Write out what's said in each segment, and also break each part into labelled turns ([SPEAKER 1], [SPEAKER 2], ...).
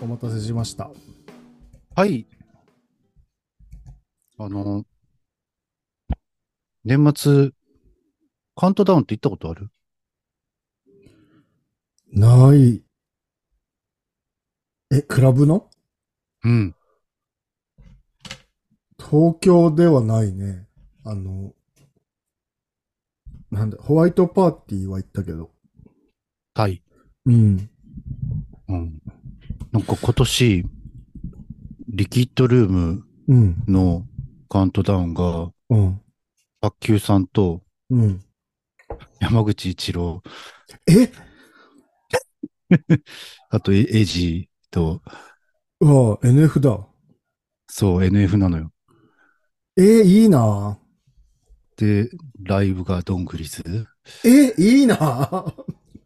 [SPEAKER 1] お待たせしました。
[SPEAKER 2] はい。あの、年末、カウントダウンって行ったことある？
[SPEAKER 1] ない。クラブの？
[SPEAKER 2] うん。
[SPEAKER 1] 東京ではないね。あの、なんだ、ホワイトパーティーは行ったけど。
[SPEAKER 2] タイ。
[SPEAKER 1] うん。
[SPEAKER 2] うん。なんか今年、リキッドルーム
[SPEAKER 1] うん。
[SPEAKER 2] のカウントダウンが、
[SPEAKER 1] うん。
[SPEAKER 2] 卓球さんと
[SPEAKER 1] うん。
[SPEAKER 2] 山口一郎、
[SPEAKER 1] え
[SPEAKER 2] あとエジと、
[SPEAKER 1] うわ、NF だ。
[SPEAKER 2] そう、NF なのよ。
[SPEAKER 1] いいな。
[SPEAKER 2] で、ライブがドングリズ、
[SPEAKER 1] いいな。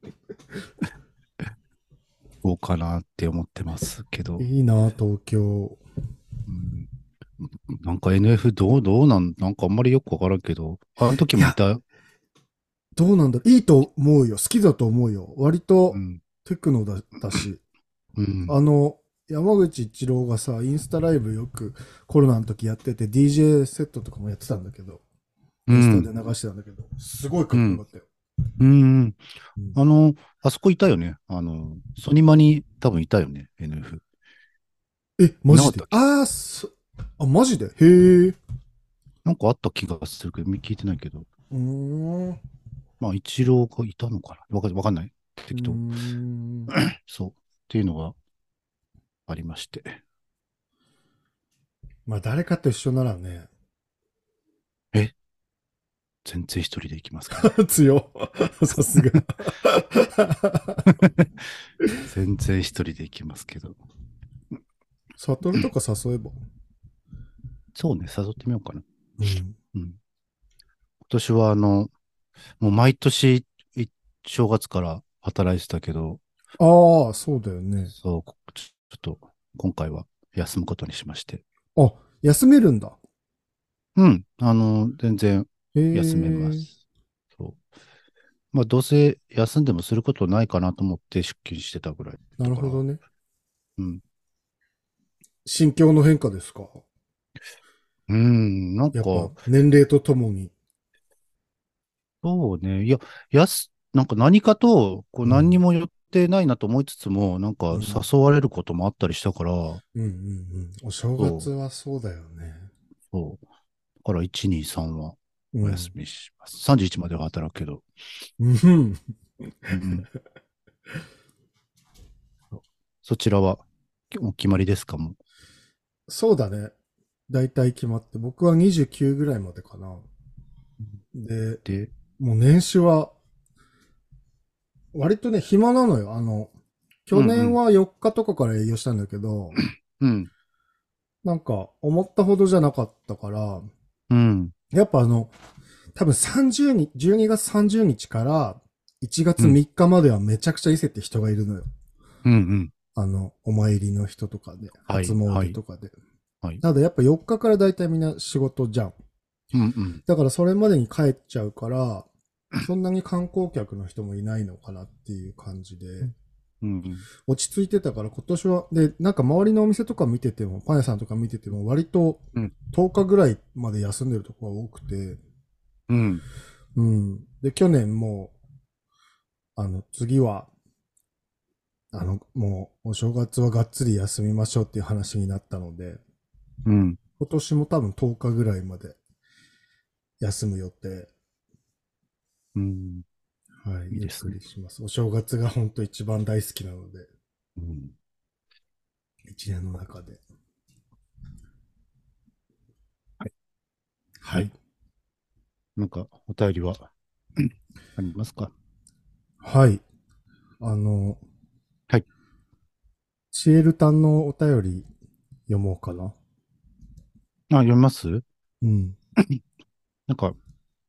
[SPEAKER 2] こうかなって思ってますけど、
[SPEAKER 1] いいな、東京。
[SPEAKER 2] うん、なんか NF なんかあんまりよくわからんけど、あの時
[SPEAKER 1] いや、
[SPEAKER 2] もいた。
[SPEAKER 1] どうなんだろう。いいと思うよ。好きだと思うよ。割と
[SPEAKER 2] うん。
[SPEAKER 1] テクノだし。
[SPEAKER 2] うん。
[SPEAKER 1] あの、山口一郎がさ、インスタライブよくコロナの時やってて、DJ セットとかもやってたんだけど、インスタで
[SPEAKER 2] うん。
[SPEAKER 1] 流してたんだけど、すごいか
[SPEAKER 2] うん。
[SPEAKER 1] っこよかったよ。
[SPEAKER 2] うん。
[SPEAKER 1] うん、
[SPEAKER 2] あの、あそこいたよね。ソニマに多分いたよね、NF。い
[SPEAKER 1] マジで？
[SPEAKER 2] なかったっけ？
[SPEAKER 1] マジで？へえ。
[SPEAKER 2] なんかあった気がするけど、聞いてないけど。
[SPEAKER 1] うーん。う
[SPEAKER 2] まあ、一郎がいたのかなわかんない。
[SPEAKER 1] ー
[SPEAKER 2] 適当。
[SPEAKER 1] ん。
[SPEAKER 2] そう。っていうのがありまして。
[SPEAKER 1] まあ、誰かと一緒ならね。
[SPEAKER 2] え、全然一人で行きますけど。
[SPEAKER 1] 強。さすが。
[SPEAKER 2] 全然一人で行きますけど。
[SPEAKER 1] サトルとか誘えば。
[SPEAKER 2] そうね、誘ってみようかな。
[SPEAKER 1] うん。
[SPEAKER 2] うん。今年はもう毎年、い正月から働いてたけど、
[SPEAKER 1] ああ、そうだよね。
[SPEAKER 2] そう、ちょっと、今回は休むことにしまして。
[SPEAKER 1] あ、休めるんだ。
[SPEAKER 2] うん。全然
[SPEAKER 1] へ
[SPEAKER 2] 休めま
[SPEAKER 1] え。
[SPEAKER 2] す。そう。まあ、どうせ休んでもすることないかなと思って出勤してたぐらい
[SPEAKER 1] な
[SPEAKER 2] だから。
[SPEAKER 1] るほどね。
[SPEAKER 2] うん。
[SPEAKER 1] 心境の変化ですか？
[SPEAKER 2] うん、なん
[SPEAKER 1] やっぱ
[SPEAKER 2] か、
[SPEAKER 1] 年齢とともに。
[SPEAKER 2] そうね。いや、なんか何かと、こう
[SPEAKER 1] うん。
[SPEAKER 2] 何にも予定ないなと思いつつも、なんか
[SPEAKER 1] うん。
[SPEAKER 2] 誘われることもあったりしたから、
[SPEAKER 1] うんうんうん。お正
[SPEAKER 2] そう、
[SPEAKER 1] 月はそうだよね。
[SPEAKER 2] そう。だから1、2、3はお休
[SPEAKER 1] うん。
[SPEAKER 2] みします。31までは働くけど。
[SPEAKER 1] うん。
[SPEAKER 2] うん。そちらはお決まりですかも
[SPEAKER 1] そうだね。大体決まって。僕は29ぐらいまでかな。
[SPEAKER 2] う？
[SPEAKER 1] で、
[SPEAKER 2] で、
[SPEAKER 1] もう年始は、割とね、暇なのよ。去年
[SPEAKER 2] うんうん。
[SPEAKER 1] は4日とかから営業したんだけど、
[SPEAKER 2] うん。
[SPEAKER 1] なんか、思ったほどじゃなかったから、
[SPEAKER 2] うん。
[SPEAKER 1] やっぱ多分30日、12月30日から1月
[SPEAKER 2] うん。
[SPEAKER 1] 3日まではめちゃくちゃ伊勢って人がいるのよ。
[SPEAKER 2] うん。うん。
[SPEAKER 1] お参りの人とかで、初
[SPEAKER 2] はい。はい。
[SPEAKER 1] 詣とかで。
[SPEAKER 2] はい。
[SPEAKER 1] ただやっぱ4日からだいたいみんな仕事じゃん。
[SPEAKER 2] うんうん。
[SPEAKER 1] だからそれまでに帰っちゃうから、そんなに観光客の人もいないのかなっていう感じで、
[SPEAKER 2] うん。
[SPEAKER 1] 落ち着いてたから今年は、で、なんか周りのお店とか見てても、パン屋さんとか見てても割と
[SPEAKER 2] うん。
[SPEAKER 1] 10日ぐらいまで休んでるとこが多くて、
[SPEAKER 2] うん。
[SPEAKER 1] うん。で、去年も、次は、もう、お正月はがっつり休みましょうっていう話になったので、
[SPEAKER 2] うん。
[SPEAKER 1] 今年も多分10日ぐらいまで休む予定。
[SPEAKER 2] うん。
[SPEAKER 1] はい、ゆっく
[SPEAKER 2] いいですね。
[SPEAKER 1] りします。お正月が本当一番大好きなので、
[SPEAKER 2] うん。
[SPEAKER 1] 一年の中で。
[SPEAKER 2] はい。はい。
[SPEAKER 1] はい。
[SPEAKER 2] なんか、お便りはうんありますか？
[SPEAKER 1] はい。あの、
[SPEAKER 2] はい。
[SPEAKER 1] シエルタンのお便り読もうかな。
[SPEAKER 2] あ、読みます？
[SPEAKER 1] うん。
[SPEAKER 2] なんか、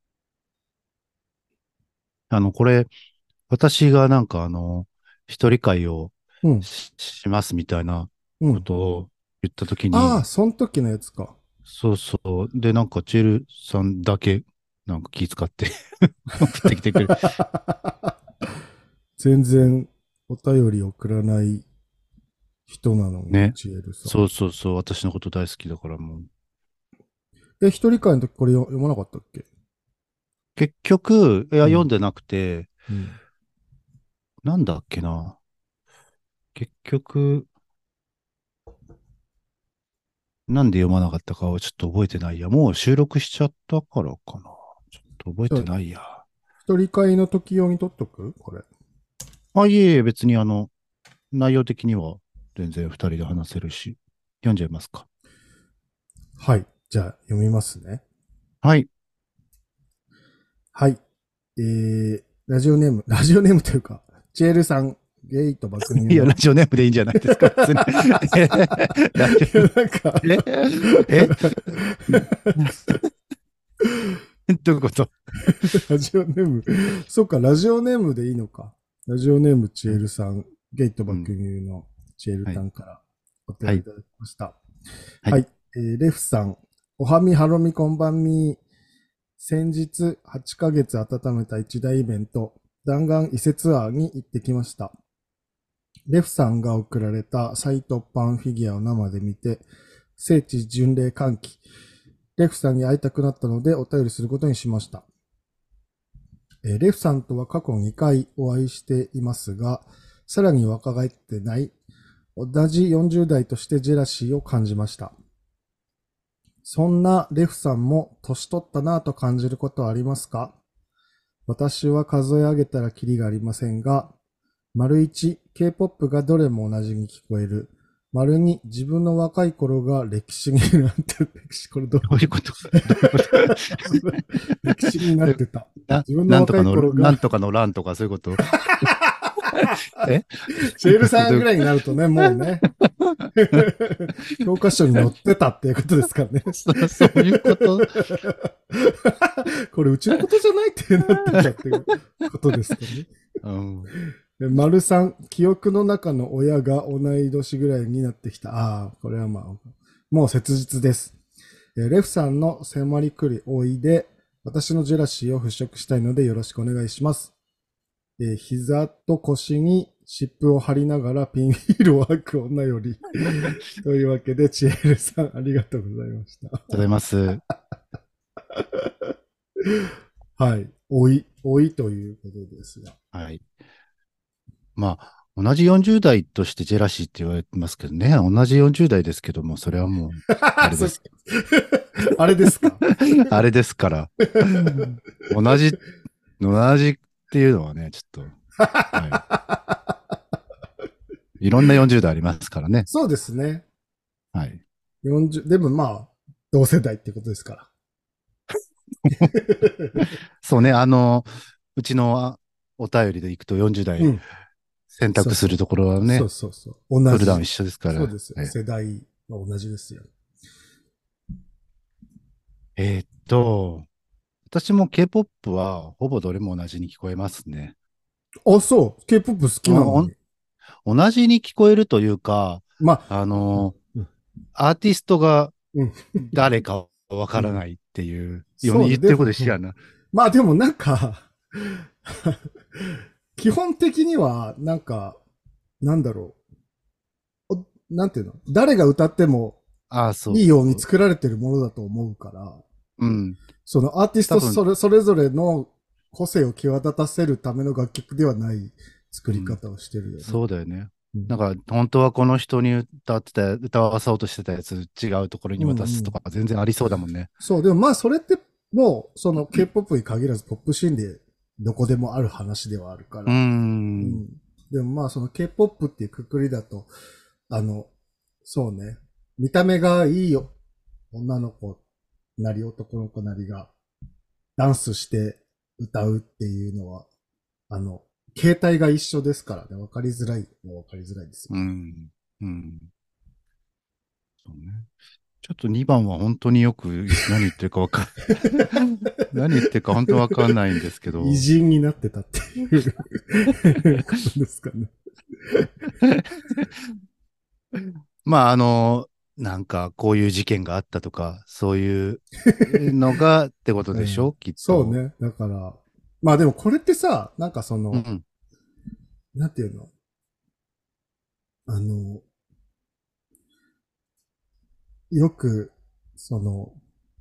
[SPEAKER 2] これ、私がなんか一人会を
[SPEAKER 1] うん。
[SPEAKER 2] しますみたいな
[SPEAKER 1] うん。
[SPEAKER 2] ことを言ったとき
[SPEAKER 1] ああ、
[SPEAKER 2] に、
[SPEAKER 1] その時のやつか。
[SPEAKER 2] そうそう。で、なんか、チェルさんだけ、なんか気遣って送ってきてくれ。
[SPEAKER 1] 全然お便り送らない人なのに、
[SPEAKER 2] ね。
[SPEAKER 1] ジエルさん。
[SPEAKER 2] そうそうそう。私のこと大好きだからもう。
[SPEAKER 1] 一人会の時これ読まなかったっけ？
[SPEAKER 2] 結局、いや、
[SPEAKER 1] うん。
[SPEAKER 2] 読んでなくて、
[SPEAKER 1] うん。
[SPEAKER 2] なんだっけな。結局、なんで読まなかったかはちょっと覚えてないや。もう収録しちゃったからかな。ちょっと覚え
[SPEAKER 1] じゃあ、
[SPEAKER 2] てないや。
[SPEAKER 1] 一人会の時用に取っとくこれ。
[SPEAKER 2] あ、いえいえ、別に内容的には全然二人で話せるし、読んじゃいますか。
[SPEAKER 1] はい。じゃあ、読みますね。
[SPEAKER 2] はい。
[SPEAKER 1] はい。ラジオネームというか、ジェールさん、ゲイと爆乳
[SPEAKER 2] いや、ラ
[SPEAKER 1] の、
[SPEAKER 2] ジオネームでいいんじゃないですか、別に。ラジ
[SPEAKER 1] いや、
[SPEAKER 2] オ、
[SPEAKER 1] なんか
[SPEAKER 2] えどういうこと？
[SPEAKER 1] ラジオネーム、そっか、ラジオネームでいいのか。ラジオネーム、チエルさん、ゲイと
[SPEAKER 2] うん。
[SPEAKER 1] 爆乳のチエル
[SPEAKER 2] はい。
[SPEAKER 1] タンからお便
[SPEAKER 2] はい。
[SPEAKER 1] りいただきました。
[SPEAKER 2] はい。
[SPEAKER 1] はい。レフさん、おはみはろみこんばんみ。先日8ヶ月温めた一大イベント、弾丸伊勢ツアーに行ってきました。レフさんが送られた再突版フィギュアを生で見て、聖地巡礼歓喜。レフさんに会いたくなったのでお便りすることにしました。レフさんとは過去2回お会いしていますが、さらに若返ってない、同じ40代としてジェラシーを感じました。そんなレフさんも年取ったなぁと感じることはありますか？私は数え上げたらキリがありませんが、丸1、K-POP がどれも同じに聞こえる。丸2、自分の若い頃が歴史になってる。歴史、これどういうこ
[SPEAKER 2] どういうこと？どういうこと？
[SPEAKER 1] と？歴史になってた。自分の若い
[SPEAKER 2] なんとかの、
[SPEAKER 1] 頃が、
[SPEAKER 2] なんとかの欄とかそういうこと？え
[SPEAKER 1] シェールさ
[SPEAKER 2] どういう、
[SPEAKER 1] んぐらいになるとね、もうね、教科書に載ってたっていうことですからね。
[SPEAKER 2] そういうこと？
[SPEAKER 1] これうちのことじゃないってなってたっていうことですかね。
[SPEAKER 2] うん。
[SPEAKER 1] 丸三、記憶の中の親が同い年ぐらいになってきた。ああ、これはまあ、もう切実です。レフさんの迫り来る老いで、私のジェラシーを払拭したいのでよろしくお願いします。膝と腰に湿布を貼りながらピンヒールを履く女より。というわけで、チエルさん、ありがとうございました。
[SPEAKER 2] ございます。
[SPEAKER 1] はい。老いということですが。
[SPEAKER 2] はい。まあ、同じ40代としてジェラシーって言われてますけどね、同じ40代ですけども、それはもう、あれ
[SPEAKER 1] そっか。
[SPEAKER 2] です。
[SPEAKER 1] あれですか？
[SPEAKER 2] あれですから。同じ、同じっていうのはね、ちょっと、はい。いろんな40代ありますからね。
[SPEAKER 1] そうですね。
[SPEAKER 2] はい。
[SPEAKER 1] 40、でもまあ、同世代ってことですから。
[SPEAKER 2] そうね、うちのお便りで行くと40代
[SPEAKER 1] うん。
[SPEAKER 2] 選
[SPEAKER 1] そうそう。
[SPEAKER 2] 択するところはね、
[SPEAKER 1] そうそうそう。同じ。
[SPEAKER 2] プルダウン一緒ですから。
[SPEAKER 1] そうですよ。
[SPEAKER 2] はい。
[SPEAKER 1] 世代は同じですよ。
[SPEAKER 2] えーっと、私も K-POP はほぼどれも同じに聞こえますね。
[SPEAKER 1] あ、そう。K-POP 好きなのに。
[SPEAKER 2] 同じに聞こえるというか、
[SPEAKER 1] まあ、
[SPEAKER 2] あの、
[SPEAKER 1] うん、
[SPEAKER 2] アーティストが
[SPEAKER 1] うん、
[SPEAKER 2] 誰かわ
[SPEAKER 1] うん。
[SPEAKER 2] からないっていう、
[SPEAKER 1] そうね。でも、
[SPEAKER 2] 言ってること一緒やな。
[SPEAKER 1] まあでもなんか基本的には、なんか、なんだろなんていうの誰が歌っても
[SPEAKER 2] ああ、そう
[SPEAKER 1] いいように
[SPEAKER 2] そう。
[SPEAKER 1] 作られてるものだと思うから、
[SPEAKER 2] うん。
[SPEAKER 1] そのアーティス
[SPEAKER 2] 多分、
[SPEAKER 1] トそれぞれの個性を際立たせるための楽曲ではない作り
[SPEAKER 2] うん。
[SPEAKER 1] 方をしてるよね。
[SPEAKER 2] そうだよね。
[SPEAKER 1] うん。
[SPEAKER 2] なんか、本当はこの人に歌わそうとしてたやつ、違うところに
[SPEAKER 1] うん
[SPEAKER 2] 渡すと
[SPEAKER 1] うん。
[SPEAKER 2] か全然ありそうだもんね。
[SPEAKER 1] そう、でもまあそれってもうその K-POP に限らずポップシーンでどこでもある話ではあるか
[SPEAKER 2] うー
[SPEAKER 1] ら。う
[SPEAKER 2] ん。
[SPEAKER 1] ん。でもまあその K-POP っていうくくりだと、あの、そうね。見た目がいいよ。女の子なり男の子なりがダンスして歌うっていうのは、あの、形態が一緒ですからね。わかりづらいわかりづらいですよ
[SPEAKER 2] う
[SPEAKER 1] ね。
[SPEAKER 2] ん。うん。そうね。ちょっと2番は本当によく何言ってるかわかん、何言ってるか本当わかんないんですけ
[SPEAKER 1] 偉
[SPEAKER 2] ど、
[SPEAKER 1] 人になってたっていうことですかね。
[SPEAKER 2] まあ、なんかこういう事件があったとか、そういうのがってこと
[SPEAKER 1] うん。
[SPEAKER 2] でしょきっと。
[SPEAKER 1] そうね。だから、まあでもこれってさ、なんかその、
[SPEAKER 2] うん。
[SPEAKER 1] なんていうのあの、 よく、その、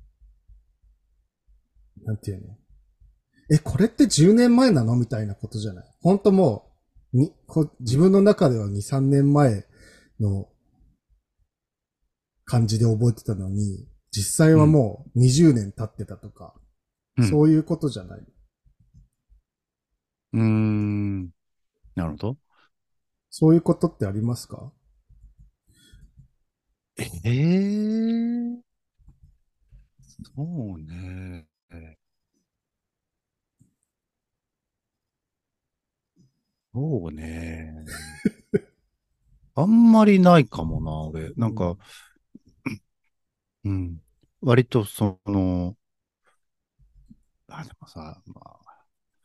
[SPEAKER 1] なんていうの、これって10年前なのみたいなことじゃない。本当もう、
[SPEAKER 2] うん、
[SPEAKER 1] 自分の中では2、3年前の感じで覚えてたのに、実際
[SPEAKER 2] うん、
[SPEAKER 1] はもう20年経ってたとか、
[SPEAKER 2] うん。
[SPEAKER 1] そういうことじゃない。
[SPEAKER 2] うーん。なるほど。
[SPEAKER 1] そういうことってありますか？
[SPEAKER 2] ええ、そうね。そうね。あんまりないかもな、俺。
[SPEAKER 1] うん。
[SPEAKER 2] うん。割とでもさ、まあ、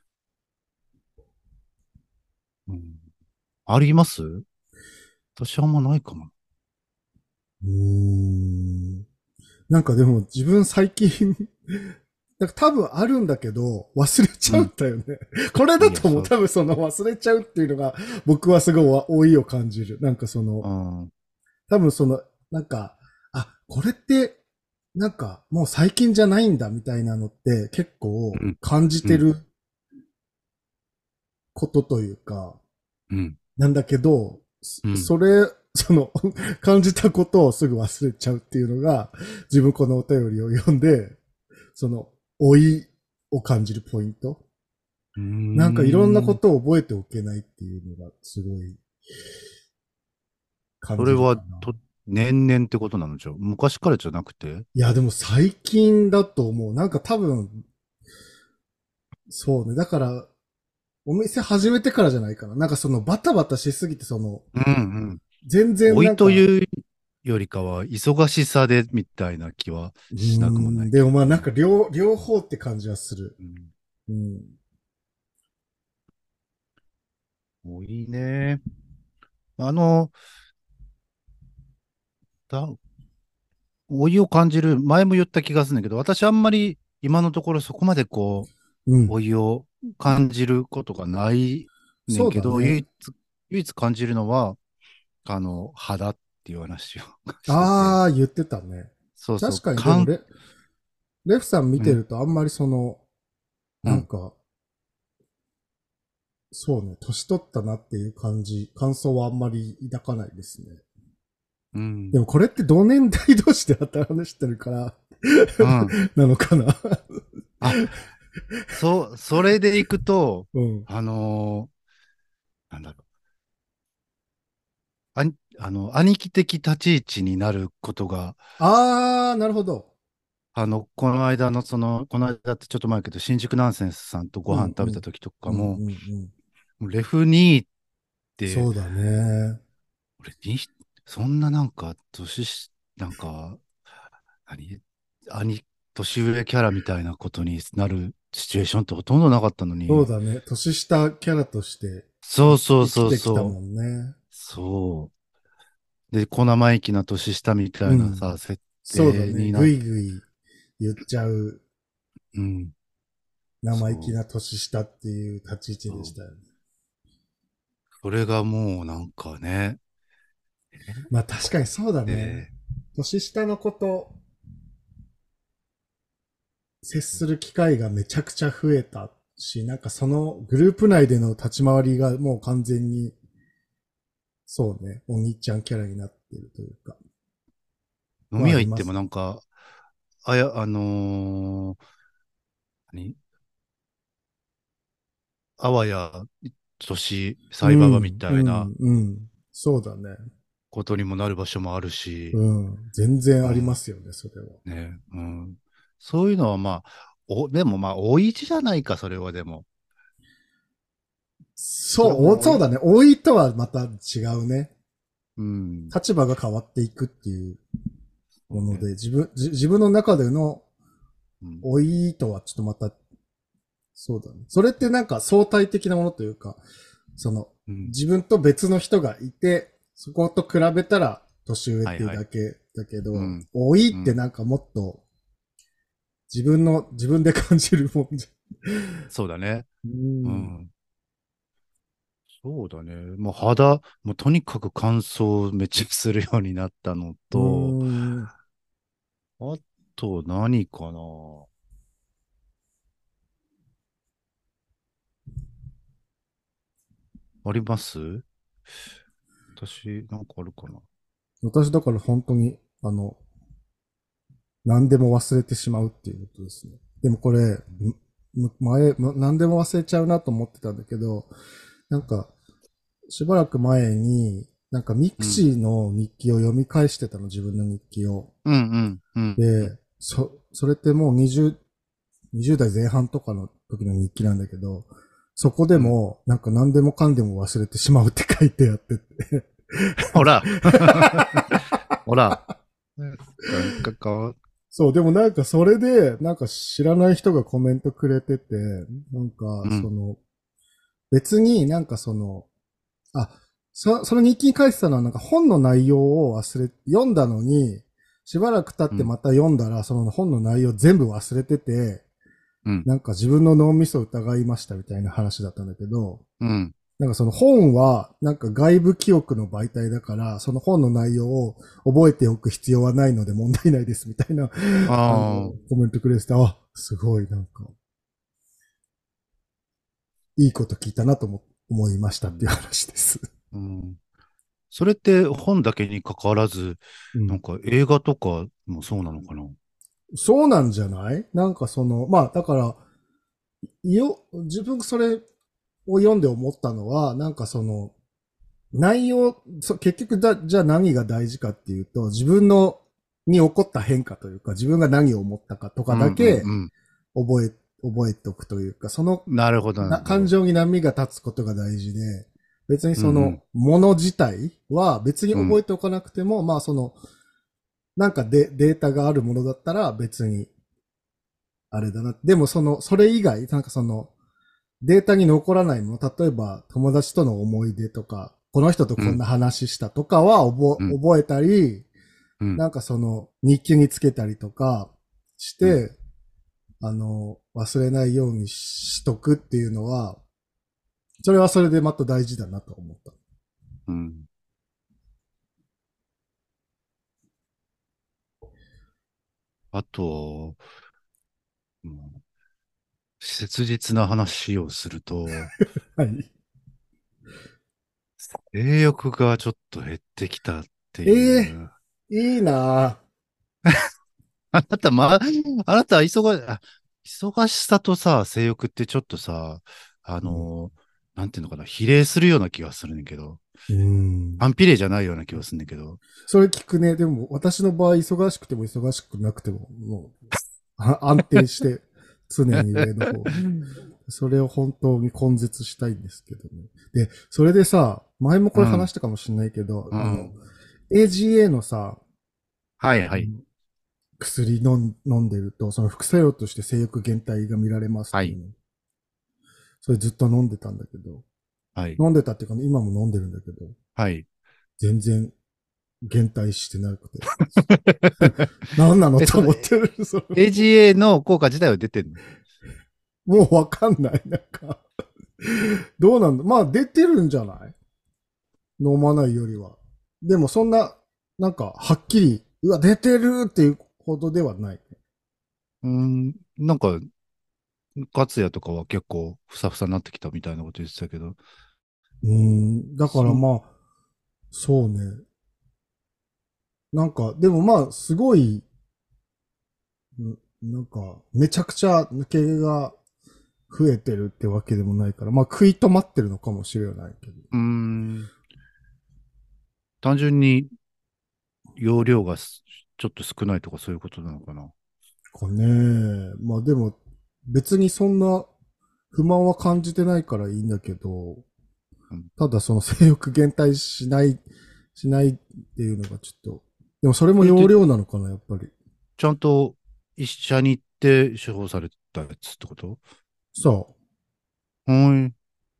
[SPEAKER 2] うん。あります？私あんまないかも。
[SPEAKER 1] うーん。なんかでも自分最近なんか多分あるんだけど、忘れちゃうん
[SPEAKER 2] うん。
[SPEAKER 1] だよね。これだ
[SPEAKER 2] いや、
[SPEAKER 1] ともう多分その忘れちゃうっていうのが僕はすごい老いを感じる。なんかその、
[SPEAKER 2] うん、
[SPEAKER 1] 多分その、なんか、これって、なんかもう最近じゃないんだみたいなのって結構
[SPEAKER 2] うん、
[SPEAKER 1] 感じ
[SPEAKER 2] うん、
[SPEAKER 1] てることというか、
[SPEAKER 2] うん、
[SPEAKER 1] なんだけど、
[SPEAKER 2] うん。
[SPEAKER 1] それ、その、感じたことをすぐ忘れちゃうっていうのが、自分このお便りを読んで、その、老いを感じるポイント。
[SPEAKER 2] うー
[SPEAKER 1] なんかいろんなこ
[SPEAKER 2] ん。
[SPEAKER 1] とを覚えておけないっていうのがすごい感
[SPEAKER 2] それは、
[SPEAKER 1] じるかな。
[SPEAKER 2] 年々ってことなの？じゃあ昔からじゃなくて？
[SPEAKER 1] いや、でも最近だと思う。なんか多分、そうね。だから、お店始めてからじゃないかな。なんかそのバタバタしすぎて、その、
[SPEAKER 2] うんうん。
[SPEAKER 1] 全然
[SPEAKER 2] 老い
[SPEAKER 1] なんか、
[SPEAKER 2] というよりかは、忙しさでみたいな気はしなくもない
[SPEAKER 1] でもまあなん
[SPEAKER 2] けどね。
[SPEAKER 1] か両方って感じはする。
[SPEAKER 2] うん。
[SPEAKER 1] うん。
[SPEAKER 2] 老いね。あの、だ、老いを感じる、前も言った気がするんだけど、私あんまり今のところそこまで
[SPEAKER 1] うん。
[SPEAKER 2] 老いを感じることがないねん
[SPEAKER 1] そう
[SPEAKER 2] けど、
[SPEAKER 1] だね。
[SPEAKER 2] 唯一感じるのは、肌っていう話をしてて、
[SPEAKER 1] ああ、言ってたね。
[SPEAKER 2] そうそう、
[SPEAKER 1] 確かにでもレフさん見
[SPEAKER 2] うん、
[SPEAKER 1] てるとあんまりその、
[SPEAKER 2] うん、
[SPEAKER 1] なんか、そうね、年取ったなっていう感想はあんまり抱かないですね。
[SPEAKER 2] うん、
[SPEAKER 1] でもこれって同年代同士で話してるから
[SPEAKER 2] うん。
[SPEAKER 1] なのかな。
[SPEAKER 2] あ、それでいくと、
[SPEAKER 1] うん。
[SPEAKER 2] あのなんだろう、兄貴的立ち位置になることが、
[SPEAKER 1] あー、なるほど。
[SPEAKER 2] この間ってちょっと前やけど、新宿ナンセンスさんとご飯食べた
[SPEAKER 1] うんうん。
[SPEAKER 2] 時とか
[SPEAKER 1] うんうん
[SPEAKER 2] も、
[SPEAKER 1] うん。
[SPEAKER 2] もうレフ2って、
[SPEAKER 1] そうだね。
[SPEAKER 2] 俺に、そんななんか、なんか、何兄、年上キャラみたいなことになるシチュエーションってほとんどなかったのに、
[SPEAKER 1] そうだね。年下キャラとして
[SPEAKER 2] そうそう
[SPEAKER 1] 生き
[SPEAKER 2] そうそう、
[SPEAKER 1] てきたもんね。
[SPEAKER 2] そう。で、小生意気な年下みた
[SPEAKER 1] うん。
[SPEAKER 2] いなさ、設
[SPEAKER 1] そうだね。
[SPEAKER 2] 定になっ、
[SPEAKER 1] ぐいぐい言っちゃう
[SPEAKER 2] うん、
[SPEAKER 1] 生意気
[SPEAKER 2] そう。
[SPEAKER 1] な年下っていう立ち位置で
[SPEAKER 2] そう。
[SPEAKER 1] したよね。
[SPEAKER 2] それがもうなんかね、
[SPEAKER 1] まあ確かにそうだね。
[SPEAKER 2] え
[SPEAKER 1] 年下の子と接する機会がめちゃくちゃ増えたし、なんかそのグループ内での立ち回りがもう完全に、そうね、お兄ちゃんキャラになってるというか、
[SPEAKER 2] 飲
[SPEAKER 1] はあ
[SPEAKER 2] み屋行っても
[SPEAKER 1] りますね。
[SPEAKER 2] なんか、あや、あのー何あわや、サイババみ
[SPEAKER 1] うん、う
[SPEAKER 2] たいな
[SPEAKER 1] ん、うん。そうだね。
[SPEAKER 2] ことにもなる場所もあるし、
[SPEAKER 1] うん。全然ありま
[SPEAKER 2] うん、
[SPEAKER 1] すよね、それは。
[SPEAKER 2] ね、うん。そういうのはまあ、でもまあ、おいちじゃないか、それはでも。それも
[SPEAKER 1] そうだね。老いとはまた違うね。
[SPEAKER 2] うん、
[SPEAKER 1] 立場が変わっていくっていうもので、
[SPEAKER 2] そうね。
[SPEAKER 1] 自分の中での
[SPEAKER 2] うん、
[SPEAKER 1] 老いとはちょっとまた、そうだね。それってなんか相対的なものというか、その、
[SPEAKER 2] うん、
[SPEAKER 1] 自分と別の人がいて、そこと比べたら年上っていう
[SPEAKER 2] はいはい。
[SPEAKER 1] だけだけど、
[SPEAKER 2] うん、
[SPEAKER 1] 老い
[SPEAKER 2] うん、
[SPEAKER 1] ってなんかもっと自分で感じるもんじゃ。
[SPEAKER 2] そうだね。
[SPEAKER 1] うん。
[SPEAKER 2] うん。そうだね。もうもうとにかく乾燥めっちゃするようになったの
[SPEAKER 1] う
[SPEAKER 2] と、
[SPEAKER 1] ん。
[SPEAKER 2] あと何かな。あります私、なんかあるかな。
[SPEAKER 1] 私だから本当に、何でも忘れてしまうっていうことですね。でもこれ、何でも忘れちゃうなと思ってたんだけど、なんか、しばらく前に、なんかミク
[SPEAKER 2] うん。
[SPEAKER 1] シーの日記を読み返してたの、自分の日記を。
[SPEAKER 2] うんうんうんうん。
[SPEAKER 1] で、それってもう20代前半とかの時の日記なんだけど、そこで
[SPEAKER 2] うん。
[SPEAKER 1] も、なんか何でもかんでも忘れてしまうって書いてあってて。
[SPEAKER 2] ほらほら。なんか
[SPEAKER 1] そう、でもなんかそれで、なんか知らない人がコメントくれてて、なんか
[SPEAKER 2] うん。
[SPEAKER 1] 別になんかあ、その日記に書いてたのはなんか本の内容を読んだのに、しばらく経っ
[SPEAKER 2] うん。
[SPEAKER 1] てまた読んだら、その本の内容全部忘れてて、
[SPEAKER 2] うん。
[SPEAKER 1] なんか自分の脳みそを疑いましたみたいな話だったんだけど、
[SPEAKER 2] うん。
[SPEAKER 1] なんかその本は、なんか外部記憶の媒体だから、その本の内容を覚えておく必要はないので問題ないですみたいな、
[SPEAKER 2] ああ。
[SPEAKER 1] コメントくれてて、あ、すごいなんか、いいこと聞いたなと思いましたっていう
[SPEAKER 2] うん。
[SPEAKER 1] 話です。
[SPEAKER 2] うん。それって本だけに関わらず、
[SPEAKER 1] うん。
[SPEAKER 2] なんか映画とかもそうなのかな。
[SPEAKER 1] そうなんじゃないなんかまあ、だから、自分それを読んで思ったのは、なんか内容、結局じゃあ何が大事かっていうと、に起こった変化というか、自分が何を思ったかとか
[SPEAKER 2] うんうん
[SPEAKER 1] だけ
[SPEAKER 2] うん。
[SPEAKER 1] 覚えておくというか、
[SPEAKER 2] なるほど、なるほど。
[SPEAKER 1] 感情に波が立つことが大事で、別に
[SPEAKER 2] うん
[SPEAKER 1] もの自体は別に
[SPEAKER 2] うん。うん。
[SPEAKER 1] 覚えておかなくても、まあなんかデータがあるものだったら別にあれだな。でもそれ以外、なんかデータに残らないもの、例えば友達との思い出とか、この人と
[SPEAKER 2] うん
[SPEAKER 1] こんな話したとかは
[SPEAKER 2] うん。
[SPEAKER 1] 覚えたり、
[SPEAKER 2] うん
[SPEAKER 1] なんか日記につけたりとかし
[SPEAKER 2] うん。
[SPEAKER 1] て、忘れないようにしとくっていうのは、それはそれでまた大事だなと思った。
[SPEAKER 2] うん。あと、うん切実な話をすると、
[SPEAKER 1] はい。
[SPEAKER 2] 性欲がちょっと減ってきたって
[SPEAKER 1] ええ
[SPEAKER 2] いう。
[SPEAKER 1] いいなぁ。
[SPEAKER 2] あなた、あなたは忙しさとさ、性欲ってちょっとさ、あ
[SPEAKER 1] うん。
[SPEAKER 2] の、なんていうのかな、比例するような気がするんだけど、
[SPEAKER 1] うん。
[SPEAKER 2] 反比例じゃないような気がするんだけど、
[SPEAKER 1] それ聞くね。でも私の場合、忙しくても忙しくなくても、もう、安定して常に上の方。それを本当に根絶したいんですけどね。で、それでさ、前もこれ話
[SPEAKER 2] うん、
[SPEAKER 1] したかもしれないけど、
[SPEAKER 2] うん。
[SPEAKER 1] AGA のさ、
[SPEAKER 2] はいはい、
[SPEAKER 1] 薬飲んでると、その副作用として性欲減退が見られますっ
[SPEAKER 2] はい、
[SPEAKER 1] ていうの。それずっと飲んでたんだけど、
[SPEAKER 2] はい、
[SPEAKER 1] 飲んでたっていうか、ね、今も飲んでるんだけど、
[SPEAKER 2] はい。
[SPEAKER 1] 全然減退してなくて、何なの
[SPEAKER 2] え、
[SPEAKER 1] と思ってる。
[SPEAKER 2] AGA の効果自体は出てんの？
[SPEAKER 1] もうわかんない。なんか、どうなんだまあ出てるんじゃない飲まないよりは。でもそんな、なんか、はっきり、うわ、出てるっていうほどではない。
[SPEAKER 2] なんか、勝也とかは結構ふさふさになってきたみたいなこと言ってたけど、
[SPEAKER 1] だから
[SPEAKER 2] そん、
[SPEAKER 1] まあ、そうね。なんか、でもまあ、すごい、なんか、めちゃくちゃ抜けが増えてるってわけでもないから、まあ、食い止まってるのかもしれないけど。
[SPEAKER 2] うーん、単純に容量がちょっと少ないとかそういうことなのかな。
[SPEAKER 1] かね。まあでも、別にそんな不満は感じてないからいいんだけど、
[SPEAKER 2] うん、
[SPEAKER 1] ただその性欲減退しないっていうのがちょっと、でもそれも容
[SPEAKER 2] それって
[SPEAKER 1] 量なのかな、やっぱり。
[SPEAKER 2] ちゃんと医者に行って処方されたやつってこと？
[SPEAKER 1] そ
[SPEAKER 2] はい。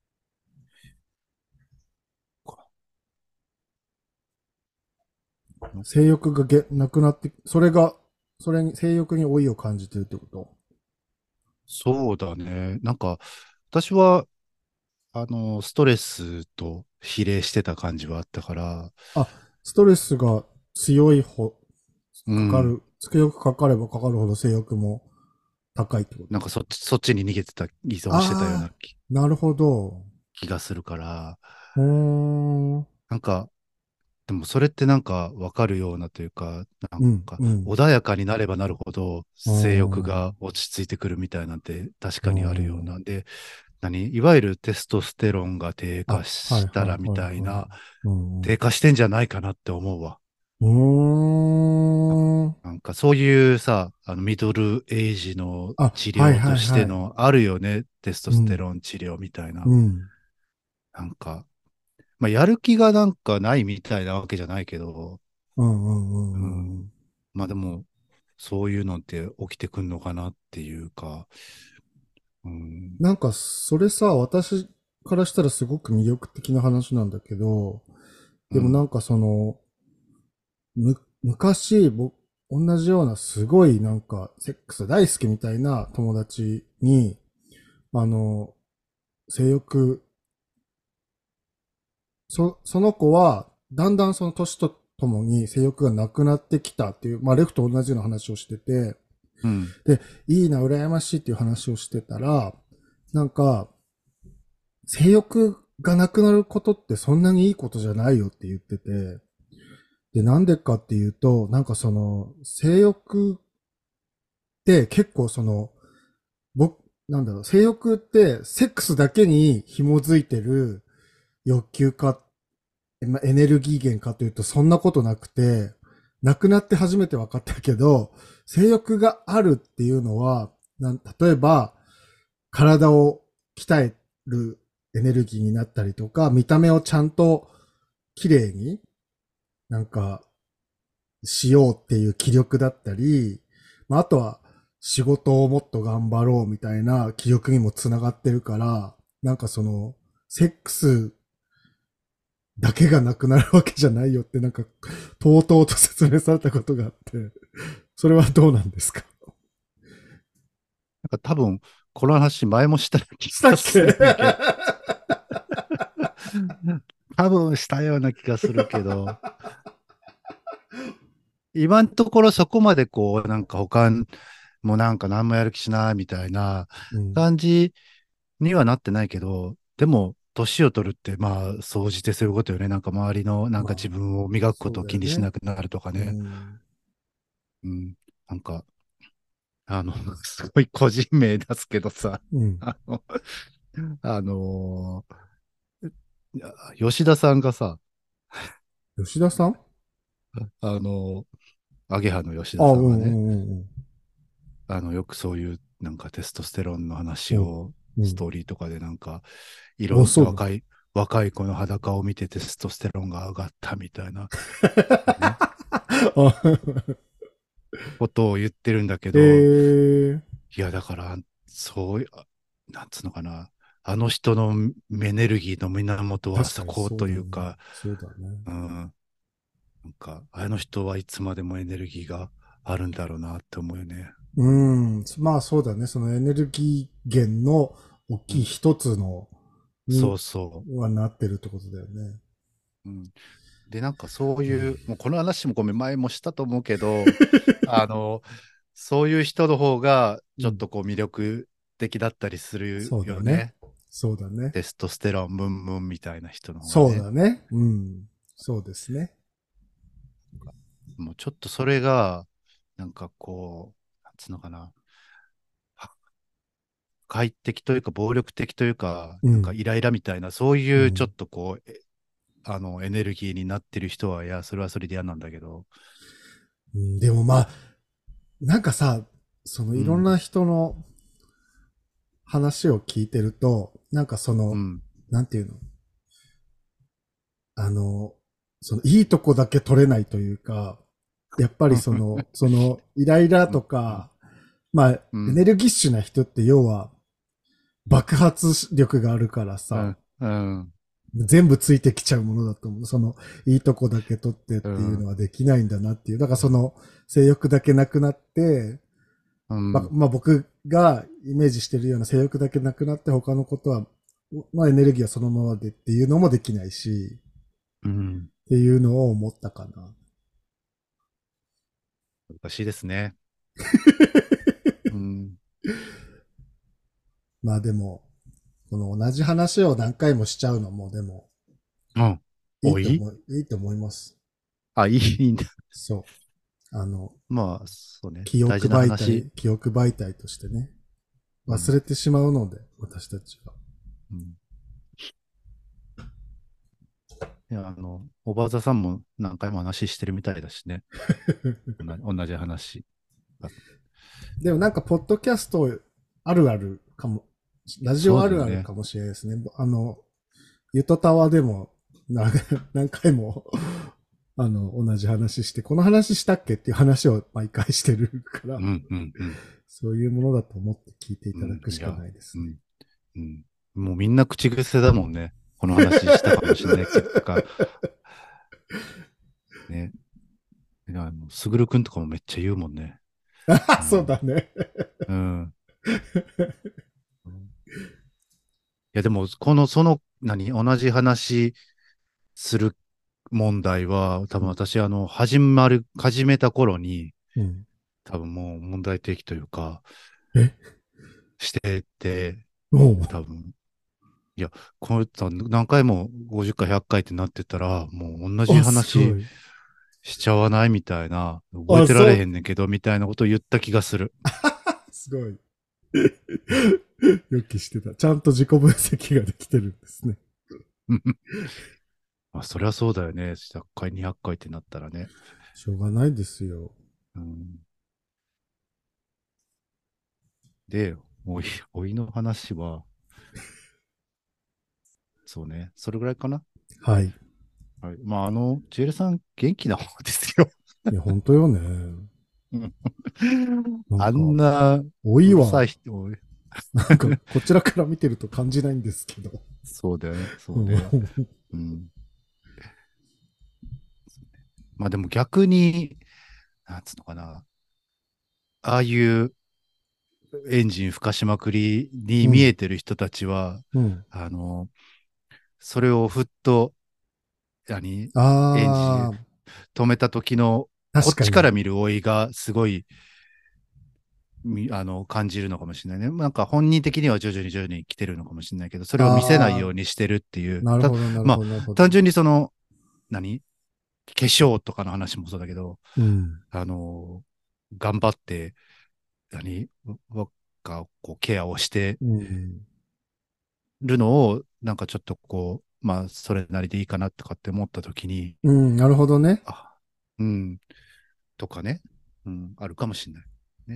[SPEAKER 1] う。性欲がなくなって、それに性欲に老いを感じてるってこと？
[SPEAKER 2] そうだね。なんか、私は、ストレスと比例してた感じはあったから、
[SPEAKER 1] あ、ストレスが強い方、
[SPEAKER 2] うん。
[SPEAKER 1] 性欲かかればかかるほど性欲も高いってこと？
[SPEAKER 2] そっちに逃げてた、依存してたような
[SPEAKER 1] ああー、なるほど。
[SPEAKER 2] 気がするから、
[SPEAKER 1] うーん。うん、
[SPEAKER 2] なんか、でもそれってなんかわかるようなというか、なん
[SPEAKER 1] うん、
[SPEAKER 2] か
[SPEAKER 1] うん。
[SPEAKER 2] 穏やかになればなるほど
[SPEAKER 1] う
[SPEAKER 2] 性欲
[SPEAKER 1] ん、
[SPEAKER 2] が落ち着いてくるみたいなんて確
[SPEAKER 1] う
[SPEAKER 2] かにあるよう
[SPEAKER 1] ん。
[SPEAKER 2] な。で、いわゆるテストステロンが低下
[SPEAKER 1] あ、はい、はい、
[SPEAKER 2] したらみ
[SPEAKER 1] はい、はい。
[SPEAKER 2] たいな、
[SPEAKER 1] うん、うん。
[SPEAKER 2] 低下してんじゃないかなって思うわ。
[SPEAKER 1] うーん。
[SPEAKER 2] なんかそういうさ、ミドルエイジの
[SPEAKER 1] あ、はい、
[SPEAKER 2] 治療と
[SPEAKER 1] はい、はい。
[SPEAKER 2] してのあるよね。テストステ
[SPEAKER 1] うん、
[SPEAKER 2] ロン治療みたいな。
[SPEAKER 1] うん、
[SPEAKER 2] なんか、まあ、やる気がなんかないみたいなわけじゃないけど、
[SPEAKER 1] うん、うん、うん、う
[SPEAKER 2] うん。
[SPEAKER 1] ん。
[SPEAKER 2] まあでも、そういうのって起きてくんのかなっていうか、うん。
[SPEAKER 1] なんか、それさ、私からしたらすごく魅力的な話なんだけど、
[SPEAKER 2] うん。
[SPEAKER 1] でもなんか昔、同じようなすごいなんか、セックス大好きみたいな友達に、あの、性欲、その子は、だんだんその年とともに性欲がなくなってきたっていう、まあレフと同じような話をしてて、
[SPEAKER 2] うん。
[SPEAKER 1] で、いいな、羨ましいっていう話をしてたら、なんか、性欲がなくなることってそんなにいいことじゃないよって言ってて、で、なんでかっていうと、なんか性欲って結構僕、なんだろう、性欲ってセックスだけに紐づいてる欲求か、エネルギー源かというとそんなことなくて、なくなって初めて分かったけど、性欲があるっていうのは、例えば、体を鍛えるエネルギーになったりとか、見た目をちゃんと綺麗になんかしようっていう気力だったり、まあ、あとは仕事をもっと頑張ろうみたいな気力にもつながってるから、なんかセックスだけがなくなるわけじゃないよってなんか、とうとうと説明されたことがあって、それはどうなんですか？
[SPEAKER 2] なんか多分、この話前もした気がす
[SPEAKER 1] したっけ？
[SPEAKER 2] るんだけど、多分したような気がするけど、今のところそこまでこう、なんか他もなんか何もやる気しないみたいな
[SPEAKER 1] うん。
[SPEAKER 2] 感じにはなってないけど、でも、年を取るって、まあ、総じてそういうことよね。なんか周りの、なんか自
[SPEAKER 1] まあ、
[SPEAKER 2] 分を磨くこ
[SPEAKER 1] そう
[SPEAKER 2] とを気にし
[SPEAKER 1] だよね。
[SPEAKER 2] なくなるとか
[SPEAKER 1] う
[SPEAKER 2] ね。
[SPEAKER 1] ん。
[SPEAKER 2] うん。なんか、すごい個人名出すけどさ、
[SPEAKER 1] うん。
[SPEAKER 2] あの、あのいや吉田さんがさ、
[SPEAKER 1] 吉田さん？
[SPEAKER 2] あのアゲハの吉田
[SPEAKER 1] あ、う
[SPEAKER 2] さんがね、
[SPEAKER 1] んうんうん
[SPEAKER 2] よくそういうなんかテストステロンの話
[SPEAKER 1] うん。
[SPEAKER 2] を
[SPEAKER 1] うん。
[SPEAKER 2] ストーリーとかでなんか、
[SPEAKER 1] あ、そうなの？
[SPEAKER 2] 若い子の裸を見てテストステロンが上がったみたいな、ね、
[SPEAKER 1] あ、
[SPEAKER 2] ことを言ってるんだけ
[SPEAKER 1] え
[SPEAKER 2] ど、
[SPEAKER 1] ー、
[SPEAKER 2] いやだから、そういう、なんつうのかな、あの人のエネルギーの源は
[SPEAKER 1] 確かに
[SPEAKER 2] そこと
[SPEAKER 1] そうだね。
[SPEAKER 2] いうか、
[SPEAKER 1] そうだね。
[SPEAKER 2] うん、なんか、あの人はいつまでもエネルギーがあるんだろうなって思うよね。
[SPEAKER 1] うん。まあそうだね。そのエネルギー源の大
[SPEAKER 2] うん。
[SPEAKER 1] きい一つの、に
[SPEAKER 2] そうそ
[SPEAKER 1] はなってるってことだよね。
[SPEAKER 2] う。うん。で、なんかそういう、もうこの話もごめん、前もしたと思うけど、あの、そういう人の方が
[SPEAKER 1] うん。
[SPEAKER 2] ちょっとこう魅力的だったりする
[SPEAKER 1] そうだね。
[SPEAKER 2] よね。
[SPEAKER 1] そうだね。
[SPEAKER 2] テストステロンムンムンみたいな人の方が
[SPEAKER 1] そう
[SPEAKER 2] ね。
[SPEAKER 1] だね。うん。そうですね。
[SPEAKER 2] もうちょっとそれが、なんかこう、なんつうのかな。快適というか暴力的というか、
[SPEAKER 1] うん。
[SPEAKER 2] なんかイライラみたいな、そういうちょっ
[SPEAKER 1] うん。
[SPEAKER 2] とこう、エネルギーになってる人は、いや、それはそれで嫌なんだけど。
[SPEAKER 1] うん、でもまあ、なんかさ、いろん
[SPEAKER 2] うん、
[SPEAKER 1] な人の話を聞いてると、なんか
[SPEAKER 2] うん、
[SPEAKER 1] なんていうの、あの、いいとこだけ取れないというか、やっぱりイライラ
[SPEAKER 2] うん、
[SPEAKER 1] とか、まあ、エ
[SPEAKER 2] うん、
[SPEAKER 1] ネルギッシュな人って要は、爆発力があるからさ、
[SPEAKER 2] うん、うん、
[SPEAKER 1] 全部ついてきちゃうものだと思う。いいとこだけ取ってっ
[SPEAKER 2] うん、
[SPEAKER 1] ていうのはできないんだなっていう。だから性欲だけなくなって、
[SPEAKER 2] うん
[SPEAKER 1] まあ僕がイメージしてるような性欲だけなくなって他のことは、まあエネルギーはそのままでっていうのもできないし、
[SPEAKER 2] うん。
[SPEAKER 1] っていうのを思ったかな。
[SPEAKER 2] 難しいですね。うん。
[SPEAKER 1] まあでも、この同じ話を何回もしちゃうのも、でも、
[SPEAKER 2] うん。お、いい
[SPEAKER 1] いいと思います。
[SPEAKER 2] あ、いいんだ。
[SPEAKER 1] そう。
[SPEAKER 2] まあ、そうね。大事な話。
[SPEAKER 1] 記憶媒体としてね、
[SPEAKER 2] うん。
[SPEAKER 1] 忘れてしまうので、私たちは。
[SPEAKER 2] うん。いや、おばあざさんも何回も話してるみたいだしね。同じ話。あ、
[SPEAKER 1] でもなんか、ポッドキャストあるあるかも、ラジ
[SPEAKER 2] そ
[SPEAKER 1] オあ
[SPEAKER 2] うだよね。
[SPEAKER 1] るあるかもしれないですね。ゆとたわでも何回も同じ話して、この話したっけっていう話を毎回してるから、
[SPEAKER 2] うん、うん、うん。
[SPEAKER 1] そういうものだと思って聞いてい
[SPEAKER 2] うん、
[SPEAKER 1] ただくしか
[SPEAKER 2] いや、
[SPEAKER 1] ないですね。
[SPEAKER 2] うん、うん。もうみんな口癖だもんね。この話したかもしれないけど、とか、ね。いや、すぐるくんとかもめっちゃ言うもんね。
[SPEAKER 1] そう
[SPEAKER 2] うん。
[SPEAKER 1] だね。
[SPEAKER 2] うん。いや、でも、同じ話する問題は、多分私、始めた頃に、
[SPEAKER 1] うん。
[SPEAKER 2] 多分もう問題提起というか、
[SPEAKER 1] え
[SPEAKER 2] してて、
[SPEAKER 1] おう。
[SPEAKER 2] 多分、いや、これさ、何回も50回、100回ってなってたら、もう同じ
[SPEAKER 1] あ、すご
[SPEAKER 2] 話
[SPEAKER 1] い。
[SPEAKER 2] しちゃわないみたいな、覚え
[SPEAKER 1] あ、
[SPEAKER 2] てられ
[SPEAKER 1] そう。
[SPEAKER 2] へんねんけど、みたいなことを言った気がする。
[SPEAKER 1] すごい。
[SPEAKER 2] うん。
[SPEAKER 1] 予期してた。ちゃんと自己分析ができてるんですね。
[SPEAKER 2] まあ、そりゃそうだよね。100回、200回ってなったらね。
[SPEAKER 1] しょうがないですよ。
[SPEAKER 2] うん、で、おいの話は、そうね、それぐらいかな。
[SPEAKER 1] はい。
[SPEAKER 2] はい。まあ、ジュエルさん、元気な方ですよ。
[SPEAKER 1] いや、本当よね。
[SPEAKER 2] うん。
[SPEAKER 1] なんか、
[SPEAKER 2] あんな、うるさ
[SPEAKER 1] 老いは、
[SPEAKER 2] い人、
[SPEAKER 1] なんか、こちらから見てると感じないんですけど。
[SPEAKER 2] そうだよね、
[SPEAKER 1] う
[SPEAKER 2] そうね。
[SPEAKER 1] ん。
[SPEAKER 2] うん。まあでも逆に、なんつうのかな、ああいうエンジン吹かしまくりに見えてる人たちは、
[SPEAKER 1] うん。
[SPEAKER 2] あの、それをふっと、何、エンジン
[SPEAKER 1] ああ、
[SPEAKER 2] 止めた時の、こっ
[SPEAKER 1] 確かに。
[SPEAKER 2] ちから見る老いがすごい、感じるのかもしれないね。なんか本人的には徐々に来てるのかもしれないけど、それを見せない
[SPEAKER 1] ああ、
[SPEAKER 2] ようにしてるっていう。
[SPEAKER 1] なるほど、なる
[SPEAKER 2] ま
[SPEAKER 1] ほど、なるほ
[SPEAKER 2] あ、
[SPEAKER 1] ど。
[SPEAKER 2] 単純にその、何化粧とかの話もそうだけど、
[SPEAKER 1] うん。
[SPEAKER 2] あの、頑張って、何がこうケアをして
[SPEAKER 1] うん。
[SPEAKER 2] るのを、なんかちょっとこう、まあ、それなりでいいかなとかって思った時に、
[SPEAKER 1] うん、なるほどね。
[SPEAKER 2] あ、うん、とかね、うん、あるかもしれない。ね。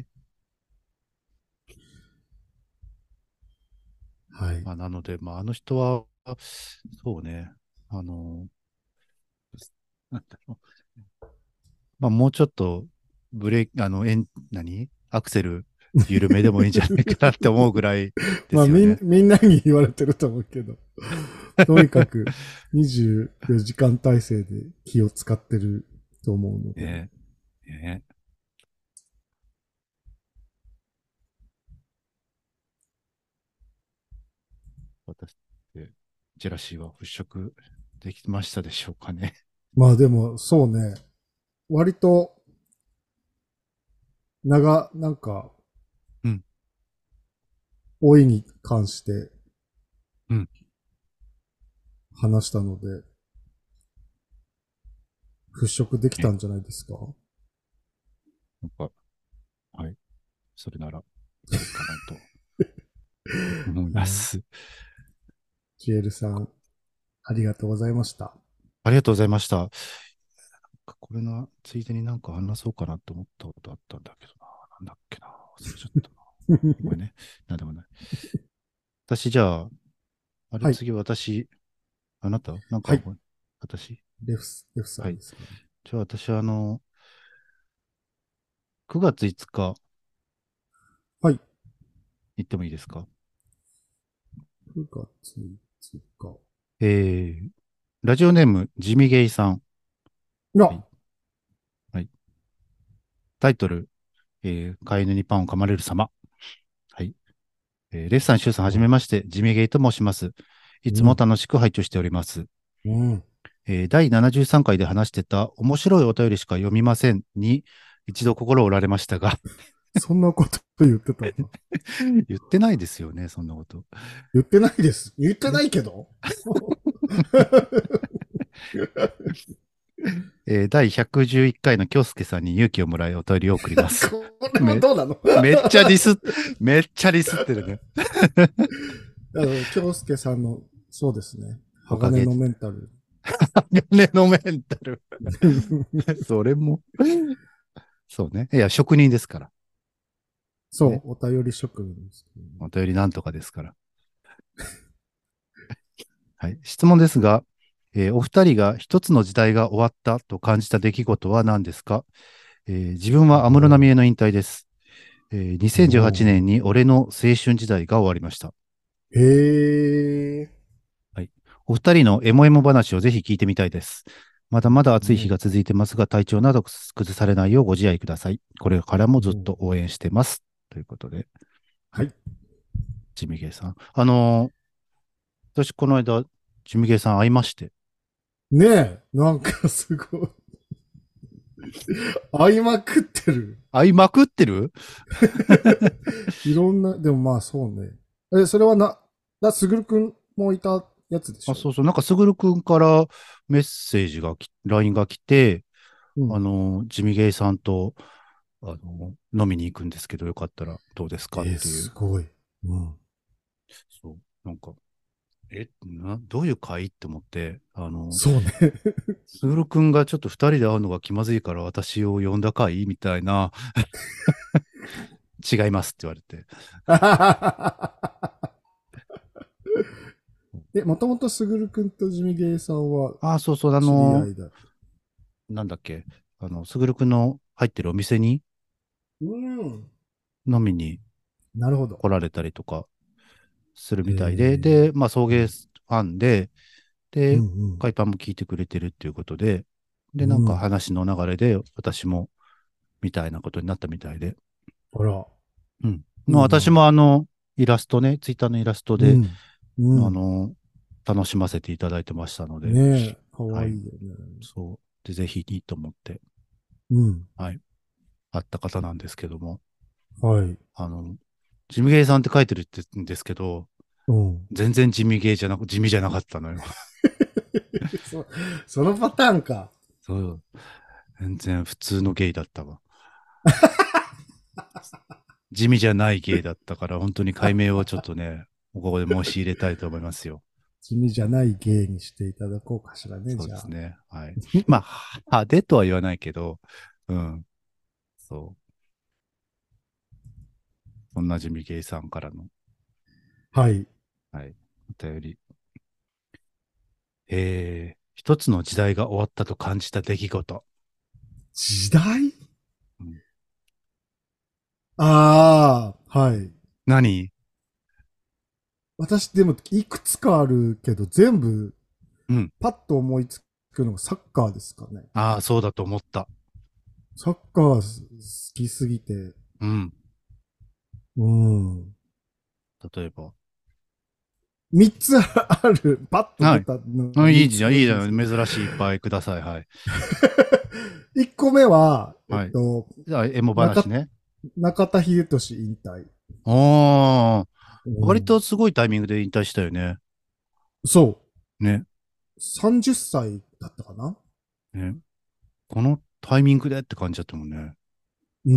[SPEAKER 1] はい。
[SPEAKER 2] まあ、なので、まあ、あの人は、そうね、あの、なんだろう。まあ、もうちょっと、ブレーキ、アクセル緩めでもいいんじゃないかなって思うぐらいで
[SPEAKER 1] まあ、
[SPEAKER 2] すよね。
[SPEAKER 1] みんなに言われてると思うけど、とにかく24時間体制で気を使ってると思うので。
[SPEAKER 2] ねね私ってジェラシーは払拭できましたでしょうかね。
[SPEAKER 1] まあでも、そうね。割と、なんか、
[SPEAKER 2] うん、
[SPEAKER 1] 老いに関して
[SPEAKER 2] うん。
[SPEAKER 1] 話したので、払拭できた
[SPEAKER 2] え、
[SPEAKER 1] んじゃないですか？
[SPEAKER 2] なんか、はい。それなら、やるかなと思い
[SPEAKER 1] はい。
[SPEAKER 2] ます。
[SPEAKER 1] ジエルさん、ありがとうございました。
[SPEAKER 2] ありがとうございました。これのついでになんか話そうかなと思ったことあったんだけどな。なんだっけな。忘れちゃったな。ごめんね。なんでもない。私じゃあ、あれ
[SPEAKER 1] はい。
[SPEAKER 2] 次私、あなたなんか、
[SPEAKER 1] はい。
[SPEAKER 2] 私
[SPEAKER 1] レフさ
[SPEAKER 2] はい。
[SPEAKER 1] んですかね。
[SPEAKER 2] じゃあ私9月5日
[SPEAKER 1] はい。
[SPEAKER 2] 行ってもいいですか？
[SPEAKER 1] 9月5日。
[SPEAKER 2] えー、ラジオネーム、ジミゲイさん。
[SPEAKER 1] いや、
[SPEAKER 2] はい。はい。タイトル、飼い犬にパンを噛まれる様。はい。レッサン、シュウさん、はじめまして、ジミゲイと申します。いつも
[SPEAKER 1] うん。
[SPEAKER 2] 楽しく拝聴しております。
[SPEAKER 1] うん。
[SPEAKER 2] 第73回で話してた、面白いお便りしか読みませんに、 一度心折られましたが、
[SPEAKER 1] そんなこと言ってたんだ。
[SPEAKER 2] 言ってないですよね、そんなこと。
[SPEAKER 1] 言ってないです。言ってないけど。
[SPEAKER 2] 第111回の京介さんに勇気をもらいお便りを送ります。
[SPEAKER 1] これはどうなの？
[SPEAKER 2] めっちゃディス、めっちゃディスってるね。
[SPEAKER 1] 京介さんの、そうですね。
[SPEAKER 2] おかげで。
[SPEAKER 1] 鋼のメンタル。
[SPEAKER 2] 鋼のメンタル。それも。そうね。いや、職人ですから。ね。
[SPEAKER 1] そう、お便り職人ですけどね。
[SPEAKER 2] お便りなんとかですから。はい。質問ですが、お二人が一つの時代が終わったと感じた出来事は何ですか？自分は安室奈美恵の引退です。2018年に俺の青春時代が終わりました。
[SPEAKER 1] へえ。
[SPEAKER 2] はい。お二人のエモエモ話をぜひ聞いてみたいです。まだまだ暑い日が続いてますが、体調など崩されないようご自愛ください。これからもずっと応援してます。ということで、はい。
[SPEAKER 1] はい。
[SPEAKER 2] ジミゲイさん。私この間、ジミゲイさん会いまして。
[SPEAKER 1] ねえ、なんかすごい。合いまくってる。
[SPEAKER 2] 会いまくってる？
[SPEAKER 1] いろんな、でもまあそうね。それはすぐるくんもいたやつでし
[SPEAKER 2] あ、
[SPEAKER 1] ょ？
[SPEAKER 2] そうそう。なんか、すぐるくんからメッセージがLINE が来て、
[SPEAKER 1] うん。
[SPEAKER 2] ジミゲイさんと、飲みに行くんですけど、よかったらどうですかっていう。
[SPEAKER 1] すごい。うん。
[SPEAKER 2] そう。なんか、どういう会って思って、
[SPEAKER 1] そうね。
[SPEAKER 2] すぐるくんがちょっと二人で会うのが気まずいから私を呼んだ会みたいな、違いますって言われて。
[SPEAKER 1] もともとすぐるくんとジミゲイさんは
[SPEAKER 2] ああ、そうそう、
[SPEAKER 1] 知り合いだ。
[SPEAKER 2] なんだっけ、すぐるくんの入ってるお店に
[SPEAKER 1] うん。
[SPEAKER 2] 飲みに
[SPEAKER 1] なるほど。
[SPEAKER 2] 来られたりとかする
[SPEAKER 1] へ
[SPEAKER 2] みたいで、
[SPEAKER 1] え。
[SPEAKER 2] で、まあ、送迎ファンで、
[SPEAKER 1] うん
[SPEAKER 2] で、
[SPEAKER 1] うん。
[SPEAKER 2] 海パンも聞いてくれてるっていうことで、で、なんか
[SPEAKER 1] うん。
[SPEAKER 2] 話の流れで私もみたいなことになったみたいで、
[SPEAKER 1] あら、
[SPEAKER 2] うん。まあ、
[SPEAKER 1] いいな。
[SPEAKER 2] 私もイラストね、ツイッターのイラストで、
[SPEAKER 1] うん。うん。
[SPEAKER 2] あの、楽しませていただいてましたので、
[SPEAKER 1] ねえ、か
[SPEAKER 2] はい。
[SPEAKER 1] わいいよね。
[SPEAKER 2] そう。で、ぜひいいと思って、
[SPEAKER 1] うん。
[SPEAKER 2] はい。あった方なんですけども、
[SPEAKER 1] はい。
[SPEAKER 2] あの、ジミゲイさんって書いてるって言うんですけど、
[SPEAKER 1] うん。
[SPEAKER 2] 全然地味じゃなかったのよ。
[SPEAKER 1] そ、そのパターンか。
[SPEAKER 2] そう。全然普通のゲイだったわ。地味じゃないゲイだったから、本当に解明をちょっとね、ここで申し入れたいと思いますよ。
[SPEAKER 1] 地味じゃない芸にしていただこうかしらね、
[SPEAKER 2] そう
[SPEAKER 1] じゃあ。
[SPEAKER 2] ですね。はい。まあ、派手とは言わないけど、うん。そう。そんな地味ゲイさんからの、
[SPEAKER 1] はい。
[SPEAKER 2] はい、お便り。一つの時代が終わったと感じた出来事。
[SPEAKER 1] 時代？
[SPEAKER 2] うん、
[SPEAKER 1] ああ、はい。
[SPEAKER 2] 何？
[SPEAKER 1] 私でもいくつかあるけど、全部
[SPEAKER 2] うん。
[SPEAKER 1] パッと思いつくのがサッカーですかね。
[SPEAKER 2] ああ、そうだと思った。
[SPEAKER 1] サッカー好きすぎて、
[SPEAKER 2] うん。
[SPEAKER 1] うん。
[SPEAKER 2] 例えば。
[SPEAKER 1] 三つある。パッと
[SPEAKER 2] はい。
[SPEAKER 1] 出たの
[SPEAKER 2] あ、
[SPEAKER 1] が三
[SPEAKER 2] いいじゃん、いいじゃん。
[SPEAKER 1] つあるんですけど。
[SPEAKER 2] 珍しいいっぱいください。はい。
[SPEAKER 1] 一個目は、
[SPEAKER 2] はい。じゃあ、エモ話
[SPEAKER 1] 中、
[SPEAKER 2] ね。
[SPEAKER 1] 中田秀俊引退。
[SPEAKER 2] おー。
[SPEAKER 1] うん。
[SPEAKER 2] 割とすごいタイミングで引退したよね。
[SPEAKER 1] そう。
[SPEAKER 2] ね。
[SPEAKER 1] 30歳だったかな？
[SPEAKER 2] ね。このタイミングでって感じだったもんね。
[SPEAKER 1] うん。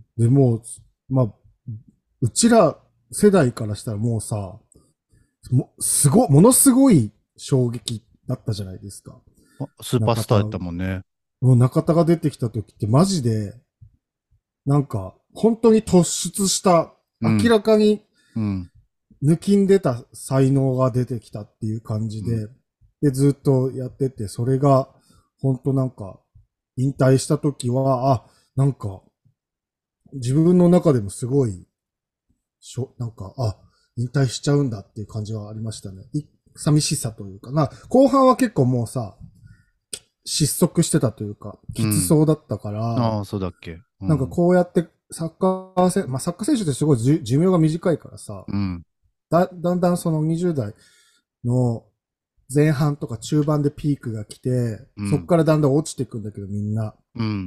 [SPEAKER 1] でも、まあ、うちら世代からしたらもうさ、ものすごい衝撃だったじゃないですか。
[SPEAKER 2] あ、スーパース
[SPEAKER 1] 中田、
[SPEAKER 2] ターやったもんね。
[SPEAKER 1] もう中田が出てきた時ってマジで、なんか、本当に突出した、明
[SPEAKER 2] うん。
[SPEAKER 1] らかに
[SPEAKER 2] うん。
[SPEAKER 1] 抜きんでた才能が出てきたっていう感じ
[SPEAKER 2] うん。
[SPEAKER 1] で、で、ずっとやってて、それが、本当なんか、引退した時は、なんか、自分の中でもすごい、なんか、引退しちゃうんだっていう感じはありましたね。寂しさというか後半は結構もうさ、失速してたというか、きつ
[SPEAKER 2] うん。
[SPEAKER 1] そうだったから、
[SPEAKER 2] ああ、そうだっけ。う
[SPEAKER 1] なんか
[SPEAKER 2] ん。
[SPEAKER 1] こうやってサッカー選手ってすごい寿命が短いからさ、
[SPEAKER 2] うん。
[SPEAKER 1] だんだんその20代の前半とか中盤でピークが来て、
[SPEAKER 2] うん。
[SPEAKER 1] そっからだんだん落ちていくんだけどみんな。
[SPEAKER 2] うん。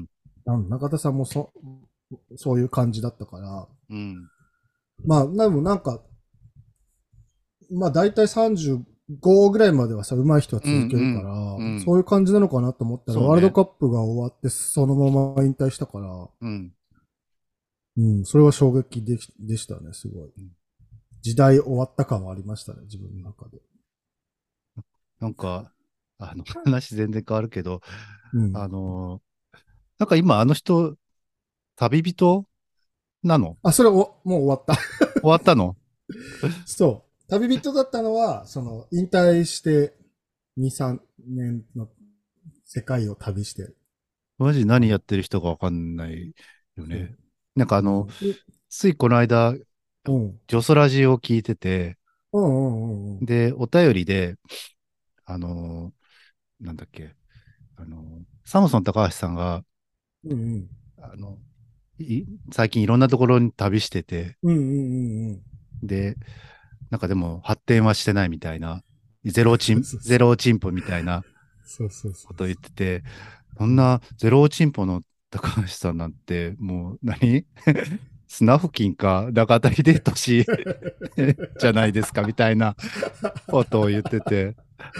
[SPEAKER 1] 中田さんもそういう感じだったから、
[SPEAKER 2] うん。
[SPEAKER 1] まあ、でもなんか、まあ大体35ぐらいまではさ、上手い人は
[SPEAKER 2] うん、
[SPEAKER 1] 続けるか
[SPEAKER 2] うん、
[SPEAKER 1] ら、
[SPEAKER 2] うん。
[SPEAKER 1] そういう感じなのかなと思ったら、ワールド
[SPEAKER 2] そうね。
[SPEAKER 1] カップが終わってそのまま引退したから、
[SPEAKER 2] うん。
[SPEAKER 1] うん、それは衝撃でしたね、すごい。
[SPEAKER 2] うん。
[SPEAKER 1] 時代終わった感はありましたね、自分の中で。
[SPEAKER 2] なんか、話全然変わるけど、
[SPEAKER 1] うん。
[SPEAKER 2] あの、なんか今あの人、旅人なの？
[SPEAKER 1] あ、それもう終わった。
[SPEAKER 2] 終わったの？
[SPEAKER 1] そう。旅人だったのは、引退して2、3年の世界を旅して、
[SPEAKER 2] マジ何や
[SPEAKER 1] あの、
[SPEAKER 2] ってる人かわかんないよ
[SPEAKER 1] そう。
[SPEAKER 2] ね。なんか
[SPEAKER 1] うん。
[SPEAKER 2] ついこの間、
[SPEAKER 1] うん。
[SPEAKER 2] ジョソラジを聞いてて、
[SPEAKER 1] うんうんうんうん。
[SPEAKER 2] で、お便りで、あの、なんだっけ、サムソン高橋さんが、
[SPEAKER 1] うんうん。
[SPEAKER 2] あの、最近いろんなところに旅してて、
[SPEAKER 1] うんうんうんうん。
[SPEAKER 2] で、なんかでも発展はしてないみたいな、
[SPEAKER 1] そうそうそう。
[SPEAKER 2] ゼロチンポみたいな
[SPEAKER 1] そうそうそう
[SPEAKER 2] ことを言っ
[SPEAKER 1] そ
[SPEAKER 2] てて、そ
[SPEAKER 1] う。うん。
[SPEAKER 2] んなゼロチンポの高橋さんなんて、もうスナフキンか中田秀俊じゃないですかみたいなことを言ってて、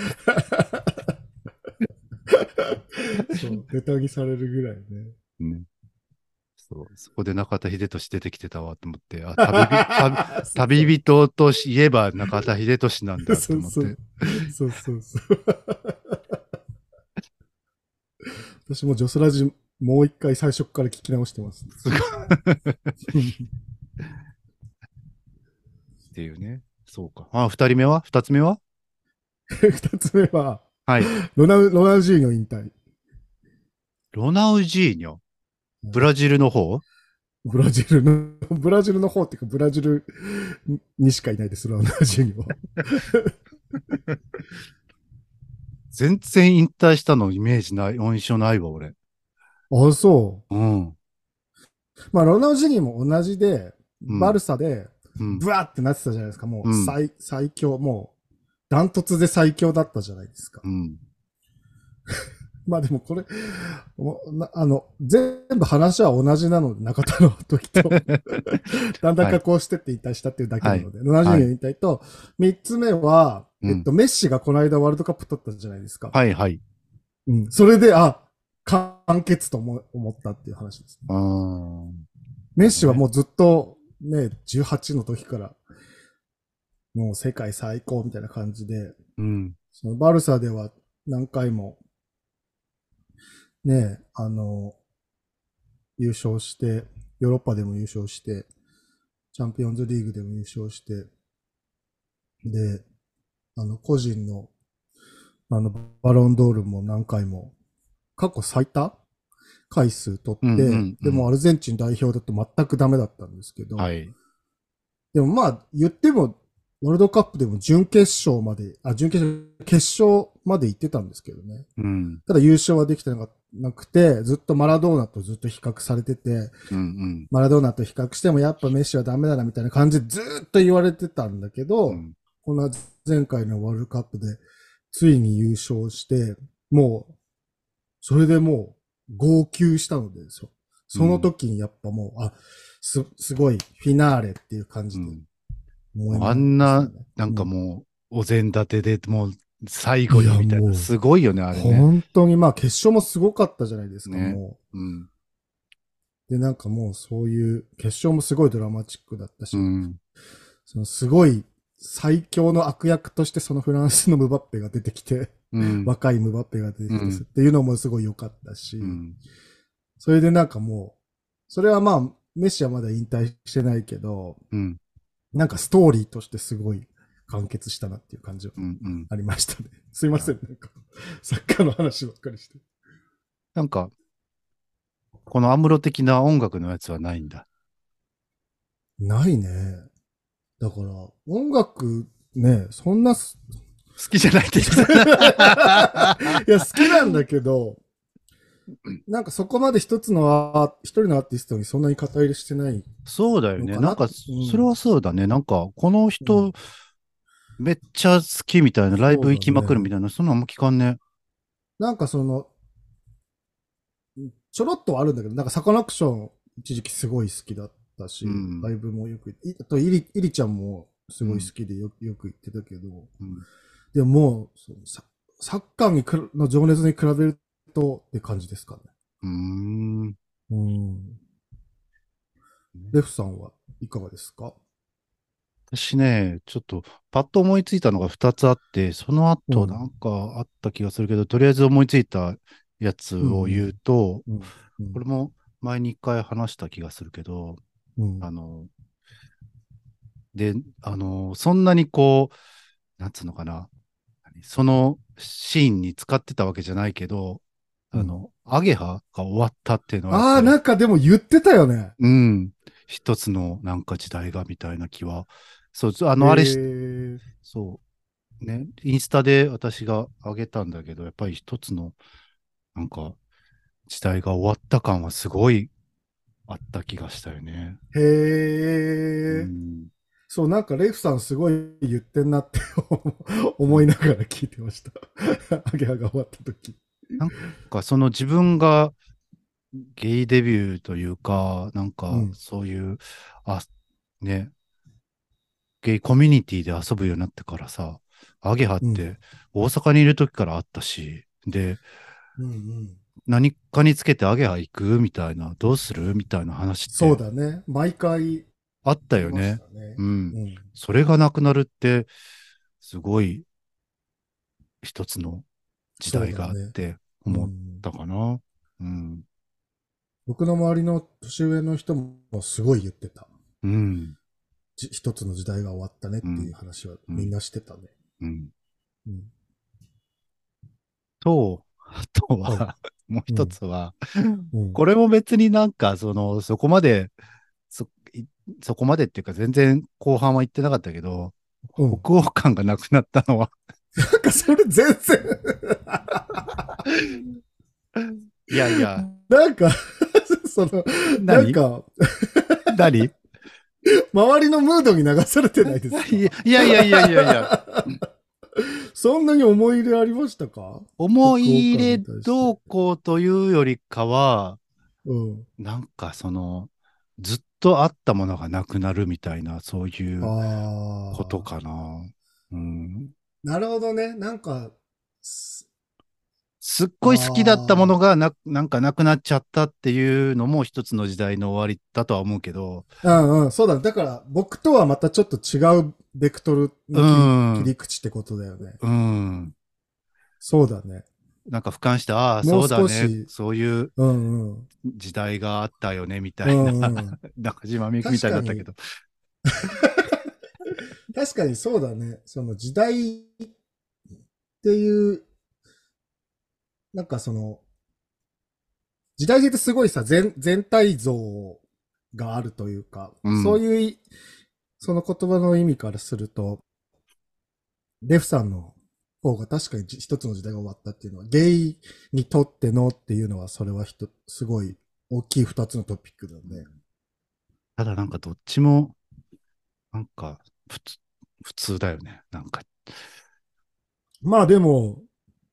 [SPEAKER 1] そう。ネタにされるぐらいね。
[SPEAKER 2] うん、そう、そこで中田秀俊出てきてたわと思って、
[SPEAKER 1] そうそ
[SPEAKER 2] 旅人といえば中田秀俊なん
[SPEAKER 1] う。
[SPEAKER 2] だと
[SPEAKER 1] そうそう。
[SPEAKER 2] 思って、
[SPEAKER 1] そうそうそう。私もジョスラジもう一回最初から聞き直してます。
[SPEAKER 2] すごいっていうね。そうか。あ、二つ目は？
[SPEAKER 1] 二つ目は、
[SPEAKER 2] はい。
[SPEAKER 1] ロナウジーニョ引退。
[SPEAKER 2] ロナウジーニョ。ブラジルの方？
[SPEAKER 1] ブラジルの方っていうか、ブラジルにしかいないです、ロナウジーニョは。
[SPEAKER 2] 全然引退したのイメージない、印象ないわ、俺。
[SPEAKER 1] あ、そ
[SPEAKER 2] うん。
[SPEAKER 1] う。まあ、ロナウジーニョも同じで、バル
[SPEAKER 2] うん。
[SPEAKER 1] サで、
[SPEAKER 2] うん。
[SPEAKER 1] ブワーってなってたじゃないですか。もう
[SPEAKER 2] うん。
[SPEAKER 1] 最強、もう、ダントツで最強だったじゃないですか。
[SPEAKER 2] うん。
[SPEAKER 1] まあでもこれ、全部話は同じなので、中田の時とだんだん
[SPEAKER 2] はい。
[SPEAKER 1] 加工してって引退したっていうだけ
[SPEAKER 2] はい。
[SPEAKER 1] なので、70
[SPEAKER 2] はい。
[SPEAKER 1] 年引退と、3つ目は、
[SPEAKER 2] うん。
[SPEAKER 1] メッシがこの間ワールドカップ取ったじゃないですか。
[SPEAKER 2] はい。はい。
[SPEAKER 1] うん。それで、完結と思ったっていう話ですね。
[SPEAKER 2] うーん。な
[SPEAKER 1] メッ
[SPEAKER 2] るほどね。
[SPEAKER 1] シはもうずっとね、18の時から、もう世界最高みたいな感じで、
[SPEAKER 2] うん。
[SPEAKER 1] そのバルサでは何回もね、優勝して、ヨーロッパでも優勝して、チャンピオンズリーグでも優勝して、で、個人の、バロンドールも何回も、過去最多回数取
[SPEAKER 2] うん。う
[SPEAKER 1] って、
[SPEAKER 2] ん。うん。
[SPEAKER 1] でもアルゼンチン代表だと全くダメだったんですけど、
[SPEAKER 2] はい。
[SPEAKER 1] でもまあ、言っても、ワールドカップでも準決勝まで、決勝まで行ってたんですけどね。
[SPEAKER 2] うん。
[SPEAKER 1] ただ優勝はできてなくて、ずっとマラドーナとずっと比較されてて、
[SPEAKER 2] うん。うん。
[SPEAKER 1] マラドーナと比較してもやっぱメッシはダメだなみたいな感じでずーっと言われてたんだけど、
[SPEAKER 2] うん。
[SPEAKER 1] この前回のワールドカップでついに優勝して、もう、それでもう号泣したのですよ。その
[SPEAKER 2] うん。
[SPEAKER 1] 時にやっぱもう、すごいフィナーレっていう感じで
[SPEAKER 2] うん。
[SPEAKER 1] 思い
[SPEAKER 2] あ
[SPEAKER 1] ま
[SPEAKER 2] んな、
[SPEAKER 1] したね。
[SPEAKER 2] なん
[SPEAKER 1] うん。
[SPEAKER 2] かもう、お膳立てで、もう、最後
[SPEAKER 1] いや、
[SPEAKER 2] にみたいな。
[SPEAKER 1] もう、
[SPEAKER 2] すごいよね、あれね。
[SPEAKER 1] 本当にまあ決勝もすごかったじゃないですか、
[SPEAKER 2] ね。
[SPEAKER 1] も
[SPEAKER 2] うん。
[SPEAKER 1] う。で、なんかもうそういう決勝もすごいドラマチックだったし、
[SPEAKER 2] うん。
[SPEAKER 1] そのすごい最強の悪役としてそのフランスのムバッペが出てきて、
[SPEAKER 2] うん。
[SPEAKER 1] 若いムバッペが出てきて
[SPEAKER 2] うん。
[SPEAKER 1] っていうのもすごい良かったし、
[SPEAKER 2] うん。
[SPEAKER 1] それでなんかもう、それはまあ、メッシはまだ引退してないけど、
[SPEAKER 2] うん。
[SPEAKER 1] なんかストーリーとしてすごい完結したなっていう感じは
[SPEAKER 2] うん。うん。
[SPEAKER 1] ありましたね。すいま
[SPEAKER 2] いや、
[SPEAKER 1] せん、なんか、サッカーの話ばっかりして。
[SPEAKER 2] なんか、このアムロ的な音楽のやつはないんだ。
[SPEAKER 1] ないね。だから、音楽ね、そんな
[SPEAKER 2] 好きじゃないって言ってた。
[SPEAKER 1] いや、好きなんだけど、なんかそこまで一人のアーティストにそんなに肩入れしてない
[SPEAKER 2] そうだよね。
[SPEAKER 1] のかな。
[SPEAKER 2] なんか、
[SPEAKER 1] うん。
[SPEAKER 2] それはそうだね。なんか、この人、
[SPEAKER 1] うん。
[SPEAKER 2] めっちゃ好きみたいな、ライ
[SPEAKER 1] そう
[SPEAKER 2] ブ行きまくる
[SPEAKER 1] だね。
[SPEAKER 2] みたいな、そんなのあんま聞かんね。
[SPEAKER 1] なんかちょろっとはあるんだけど、なんかサカナクション一時期すごい好きだったし、
[SPEAKER 2] うん。
[SPEAKER 1] ライブもよく、あとイリちゃんもすごい好
[SPEAKER 2] うん。
[SPEAKER 1] きでよく行ってたけど、
[SPEAKER 2] うん。
[SPEAKER 1] でももう、サッカーの情熱に比べるとって感じですかね。
[SPEAKER 2] うーん。
[SPEAKER 1] うん。レフさんはいかがですか？
[SPEAKER 2] 私ね、ちょっとパッと思いついたのが2つあって、その後なん
[SPEAKER 1] うん。
[SPEAKER 2] かあった気がするけど、とりあえず思いついたやつ
[SPEAKER 1] うん
[SPEAKER 2] を言うと、
[SPEAKER 1] うん。うん。
[SPEAKER 2] これも前に一回話した気がするけど、
[SPEAKER 1] うん。
[SPEAKER 2] あの、で、そんなにこう、なんつうのかな、そのシーンに使ってたわけじゃないけど、
[SPEAKER 1] うん。
[SPEAKER 2] アゲハが終わったっていうのはやっ
[SPEAKER 1] ああ、
[SPEAKER 2] ぱり、
[SPEAKER 1] なんかでも言ってたよね。
[SPEAKER 2] うん、一つのなんか時代がみたいな気は、そう、
[SPEAKER 1] へえ。
[SPEAKER 2] そうね、インスタで私が上げたんだけど、やっぱり一つのなんか時代が終わった感はすごいあった気がしたよね。
[SPEAKER 1] へ
[SPEAKER 2] う
[SPEAKER 1] え。
[SPEAKER 2] ん。
[SPEAKER 1] そう、なんかレイフさんすごい言ってんなって
[SPEAKER 2] うん。
[SPEAKER 1] 思いながら聞いてました。アゲハが終わった時。
[SPEAKER 2] なんかその自分がゲイデビューというか、なんか
[SPEAKER 1] うん。
[SPEAKER 2] そういう、あ、ね、ゲイコミュニティで遊ぶようになってからさ、アゲハっ
[SPEAKER 1] うん。
[SPEAKER 2] て大阪にいる時からあったし、で、
[SPEAKER 1] うんうん。
[SPEAKER 2] 何かにつけてアゲハ行くみたいな、どうするみたいな話っ
[SPEAKER 1] そう
[SPEAKER 2] て
[SPEAKER 1] だね。毎回
[SPEAKER 2] あった
[SPEAKER 1] ありまし
[SPEAKER 2] よね。
[SPEAKER 1] たね。
[SPEAKER 2] うん。
[SPEAKER 1] うん。
[SPEAKER 2] それがなくなるって、すごい一つの時
[SPEAKER 1] そう
[SPEAKER 2] 代があっ
[SPEAKER 1] だね。
[SPEAKER 2] て
[SPEAKER 1] う
[SPEAKER 2] 思っ
[SPEAKER 1] ん。
[SPEAKER 2] たかな。うん。
[SPEAKER 1] 僕の周りの年上の人もすごい言ってた。
[SPEAKER 2] うん。
[SPEAKER 1] 一つの時代が終わったねっていう
[SPEAKER 2] うん。
[SPEAKER 1] 話はみん
[SPEAKER 2] うん。
[SPEAKER 1] なしてたね。
[SPEAKER 2] うん。
[SPEAKER 1] うん。
[SPEAKER 2] あと
[SPEAKER 1] はい。
[SPEAKER 2] は、もう
[SPEAKER 1] うん。
[SPEAKER 2] 一つは、
[SPEAKER 1] うん。
[SPEAKER 2] これも別になんか、そこまで、いそこまでっていうか全然後半は行ってなかったけど、
[SPEAKER 1] うん。
[SPEAKER 2] 北欧感がなくなったのは
[SPEAKER 1] なんかそれ全然
[SPEAKER 2] いやいや、
[SPEAKER 1] なんかその、なん
[SPEAKER 2] 何
[SPEAKER 1] か、
[SPEAKER 2] 何
[SPEAKER 1] 周りのムードに流されてないですか？
[SPEAKER 2] いやいやいやいやいや、
[SPEAKER 1] そんなに思い入れありましたか？
[SPEAKER 2] 思
[SPEAKER 1] 北欧
[SPEAKER 2] い入れ
[SPEAKER 1] 感に対して。
[SPEAKER 2] どうこうというよりかは、
[SPEAKER 1] うん。
[SPEAKER 2] なんかずっとあったものがなくなるみたいな、そういうこと
[SPEAKER 1] ああ。
[SPEAKER 2] かな。うん。
[SPEAKER 1] なるほどね。
[SPEAKER 2] すっごい好きだったもの
[SPEAKER 1] あ
[SPEAKER 2] がなんかなくなっちゃったっていうのも一つの時代の終わりだとは思うけど、
[SPEAKER 1] あ。うんうん。そうだ。だから、僕とはまたちょっと違うベクトル
[SPEAKER 2] う
[SPEAKER 1] の切
[SPEAKER 2] ん、
[SPEAKER 1] り口ってことだよね。
[SPEAKER 2] うん。
[SPEAKER 1] そうだね。
[SPEAKER 2] なんか俯瞰して、ああ、
[SPEAKER 1] もう
[SPEAKER 2] そうだね。
[SPEAKER 1] 少し、
[SPEAKER 2] そういう
[SPEAKER 1] うんうん。
[SPEAKER 2] 時代があったよね、みた
[SPEAKER 1] う
[SPEAKER 2] いな。
[SPEAKER 1] んうん。
[SPEAKER 2] 中島みゆきみた
[SPEAKER 1] 確かに、
[SPEAKER 2] いだったけど。
[SPEAKER 1] 確かにそうだね。その時代っていう、なんかその、時代ってすごいさ、全体像があるというか、
[SPEAKER 2] うん。
[SPEAKER 1] そういうその言葉の意味からすると、レフさんの方が確かに一つの時代が終わったっていうのは、ゲイにとってのっていうのは、それはすごい大きい二つのトピックだね。
[SPEAKER 2] ただなんかどっちも、なんか普通、普通だよね。なんか。
[SPEAKER 1] まあでも、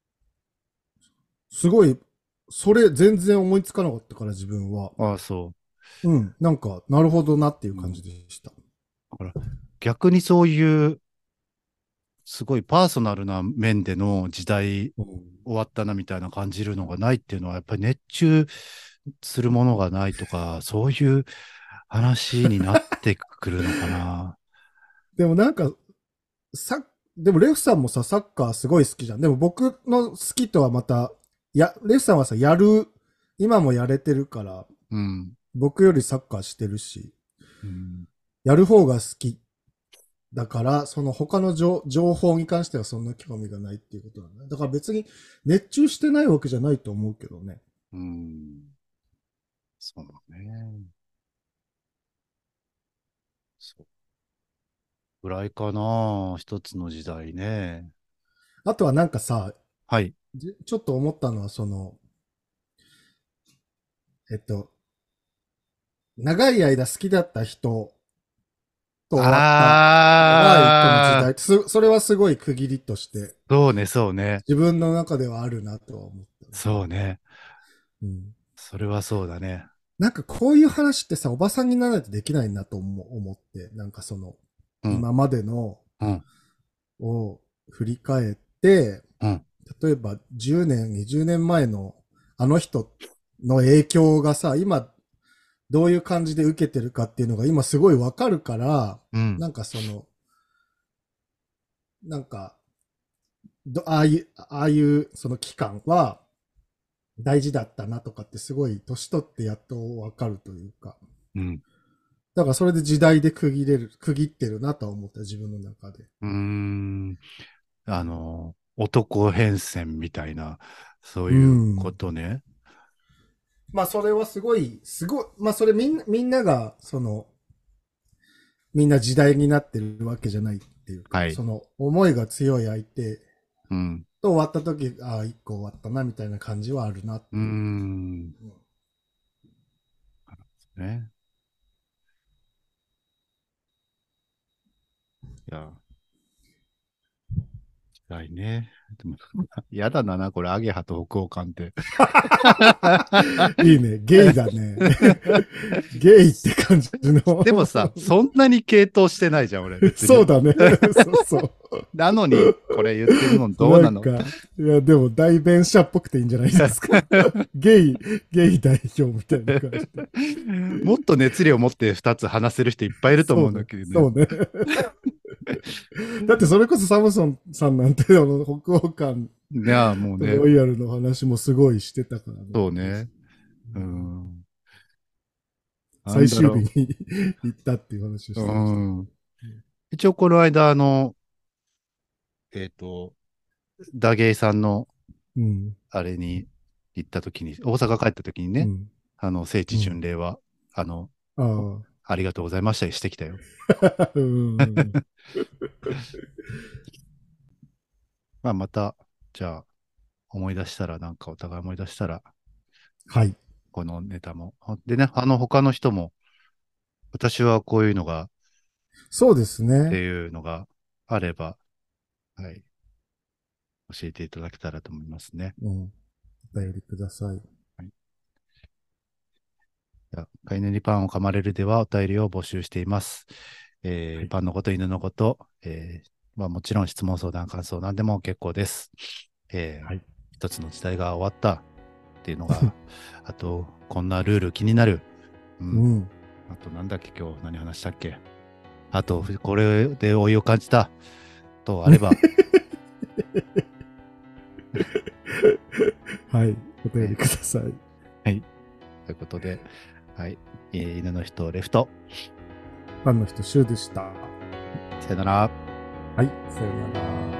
[SPEAKER 1] すごい、それ全然思いつかなかったから自分は。
[SPEAKER 2] ああ、そ
[SPEAKER 1] うん、なんか、なるほどなっていう
[SPEAKER 2] う。うん。
[SPEAKER 1] 感じでした。
[SPEAKER 2] だから逆にそういうすごいパーソナルな面での時代
[SPEAKER 1] うん、
[SPEAKER 2] 終わったなみたいな感じるのがないっていうのは、やっぱり熱中するものがないとか、そういう話になってくるのかな。
[SPEAKER 1] でもなんか、さ、でもレフさんもさ、サッカーすごい好きじゃん。でも僕の好きとはまた、レフさんはさ、今もやれてるから、
[SPEAKER 2] うん。
[SPEAKER 1] 僕よりサッカーしてるし、
[SPEAKER 2] うん。
[SPEAKER 1] やる方が好きだから、その他の情報に関してはそんな興味がないっていうことなんだね。だから別に熱中してないわけじゃないと思うけどね。
[SPEAKER 2] うん。そうだね。そう。ぐらいかな。一つの時代ね。
[SPEAKER 1] あとはなんかさ、
[SPEAKER 2] はい。
[SPEAKER 1] ちょっと思ったのは、その、えっと、長い間好きだった人と終わったのが一個の時
[SPEAKER 2] ああ、
[SPEAKER 1] 代。それはすごい区切りとして
[SPEAKER 2] そうね、そうね。
[SPEAKER 1] 自分の中ではあるなとは思ったね。
[SPEAKER 2] そうね。
[SPEAKER 1] うん。
[SPEAKER 2] それはそうだね。
[SPEAKER 1] なんかこういう話ってさ、おばさんにならないとできないなと思って、なんか
[SPEAKER 2] うん、
[SPEAKER 1] 今までの
[SPEAKER 2] うん、
[SPEAKER 1] を振り返って、
[SPEAKER 2] うん、
[SPEAKER 1] 例えば10年、20年前のあの人の影響がさ、今どういう感じで受けてるかっていうのが今すごいわかるから、
[SPEAKER 2] うん、
[SPEAKER 1] なんかなんか、ああいうその期間は大事だったなとかってすごい年取ってやっとわかるというか。
[SPEAKER 2] うん。
[SPEAKER 1] だからそれで時代で区切ってるなとは思った、自分の中で。
[SPEAKER 2] うーん。男変遷みたいな、そう
[SPEAKER 1] う
[SPEAKER 2] いうこ
[SPEAKER 1] ん。
[SPEAKER 2] とね。
[SPEAKER 1] まあそれはすごい、まあそれみんなが、みんな時代になってるわけじゃないっていうか、
[SPEAKER 2] はい。
[SPEAKER 1] その思いが強い相手
[SPEAKER 2] うん。
[SPEAKER 1] と終わった時、ああ、一個終わったなみたいな感じはあるなっ
[SPEAKER 2] うー
[SPEAKER 1] ていう。
[SPEAKER 2] ん。ね。いや、辛いね。でも、やだな、これ、アゲハと北欧館って。
[SPEAKER 1] いいね。ゲイだね。ゲイって感じの。
[SPEAKER 2] でもさ、そんなに傾倒してないじゃん、俺、別に。
[SPEAKER 1] そうだね。そうそ
[SPEAKER 2] なのに、これ言ってるの
[SPEAKER 1] う。
[SPEAKER 2] どうなの？
[SPEAKER 1] なんか、いや、でも代弁者っぽくていいんじゃないですか。ゲイ代表みたいな感じで。
[SPEAKER 2] もっと熱量を持って2つ話せる人いっぱいいると思うんだ
[SPEAKER 1] そうね。
[SPEAKER 2] けどね。
[SPEAKER 1] そうね。だってそれこそサムソンさんなんて、北欧館
[SPEAKER 2] いや、もう
[SPEAKER 1] と
[SPEAKER 2] ね、
[SPEAKER 1] ロイヤルの話もすごいしてたからね。
[SPEAKER 2] そうね。うん。な
[SPEAKER 1] 最
[SPEAKER 2] んだろ
[SPEAKER 1] 終日に行ったっていう話を
[SPEAKER 2] う。
[SPEAKER 1] してました。
[SPEAKER 2] うん。一応、この間、えっと、ダゲイさんの、
[SPEAKER 1] うん。
[SPEAKER 2] あれに行った時に、大阪帰った時にね、
[SPEAKER 1] うん。
[SPEAKER 2] 聖地巡
[SPEAKER 1] うん。
[SPEAKER 2] 礼は、あの、
[SPEAKER 1] ああ。
[SPEAKER 2] ありがとうございましたりしてきたよ。
[SPEAKER 1] うん。
[SPEAKER 2] まあ、また、じゃあ、思い出したら、なんかお互い思い出したら、
[SPEAKER 1] はい。
[SPEAKER 2] このネタも。でね、他の人も、私はこういうのが、っ
[SPEAKER 1] そうですね。
[SPEAKER 2] ていうのがあれば、はい、教えていただけたらと思いますね。
[SPEAKER 1] うん。お便りください。
[SPEAKER 2] はい。じゃあ飼い犬にパンを噛まれるではお便りを募集しています。
[SPEAKER 1] はい。
[SPEAKER 2] パンのこと、犬のこと、まあ、もちろん質問、相談、感想、何でも結構です。
[SPEAKER 1] はい。
[SPEAKER 2] 一つの時代が終わったっていうのが、あと、こんなルール気になる。うん。
[SPEAKER 1] うん。
[SPEAKER 2] あと、なんだっけ、今日何話したっけ。あと、これで老いを感じたとあれば、
[SPEAKER 1] はい。お便り
[SPEAKER 2] ね。
[SPEAKER 1] ください。
[SPEAKER 2] はい。ということで、はい。犬の人、レフト。
[SPEAKER 1] ファンの人、シュウでした。
[SPEAKER 2] さよなら。
[SPEAKER 1] はい。さよなら。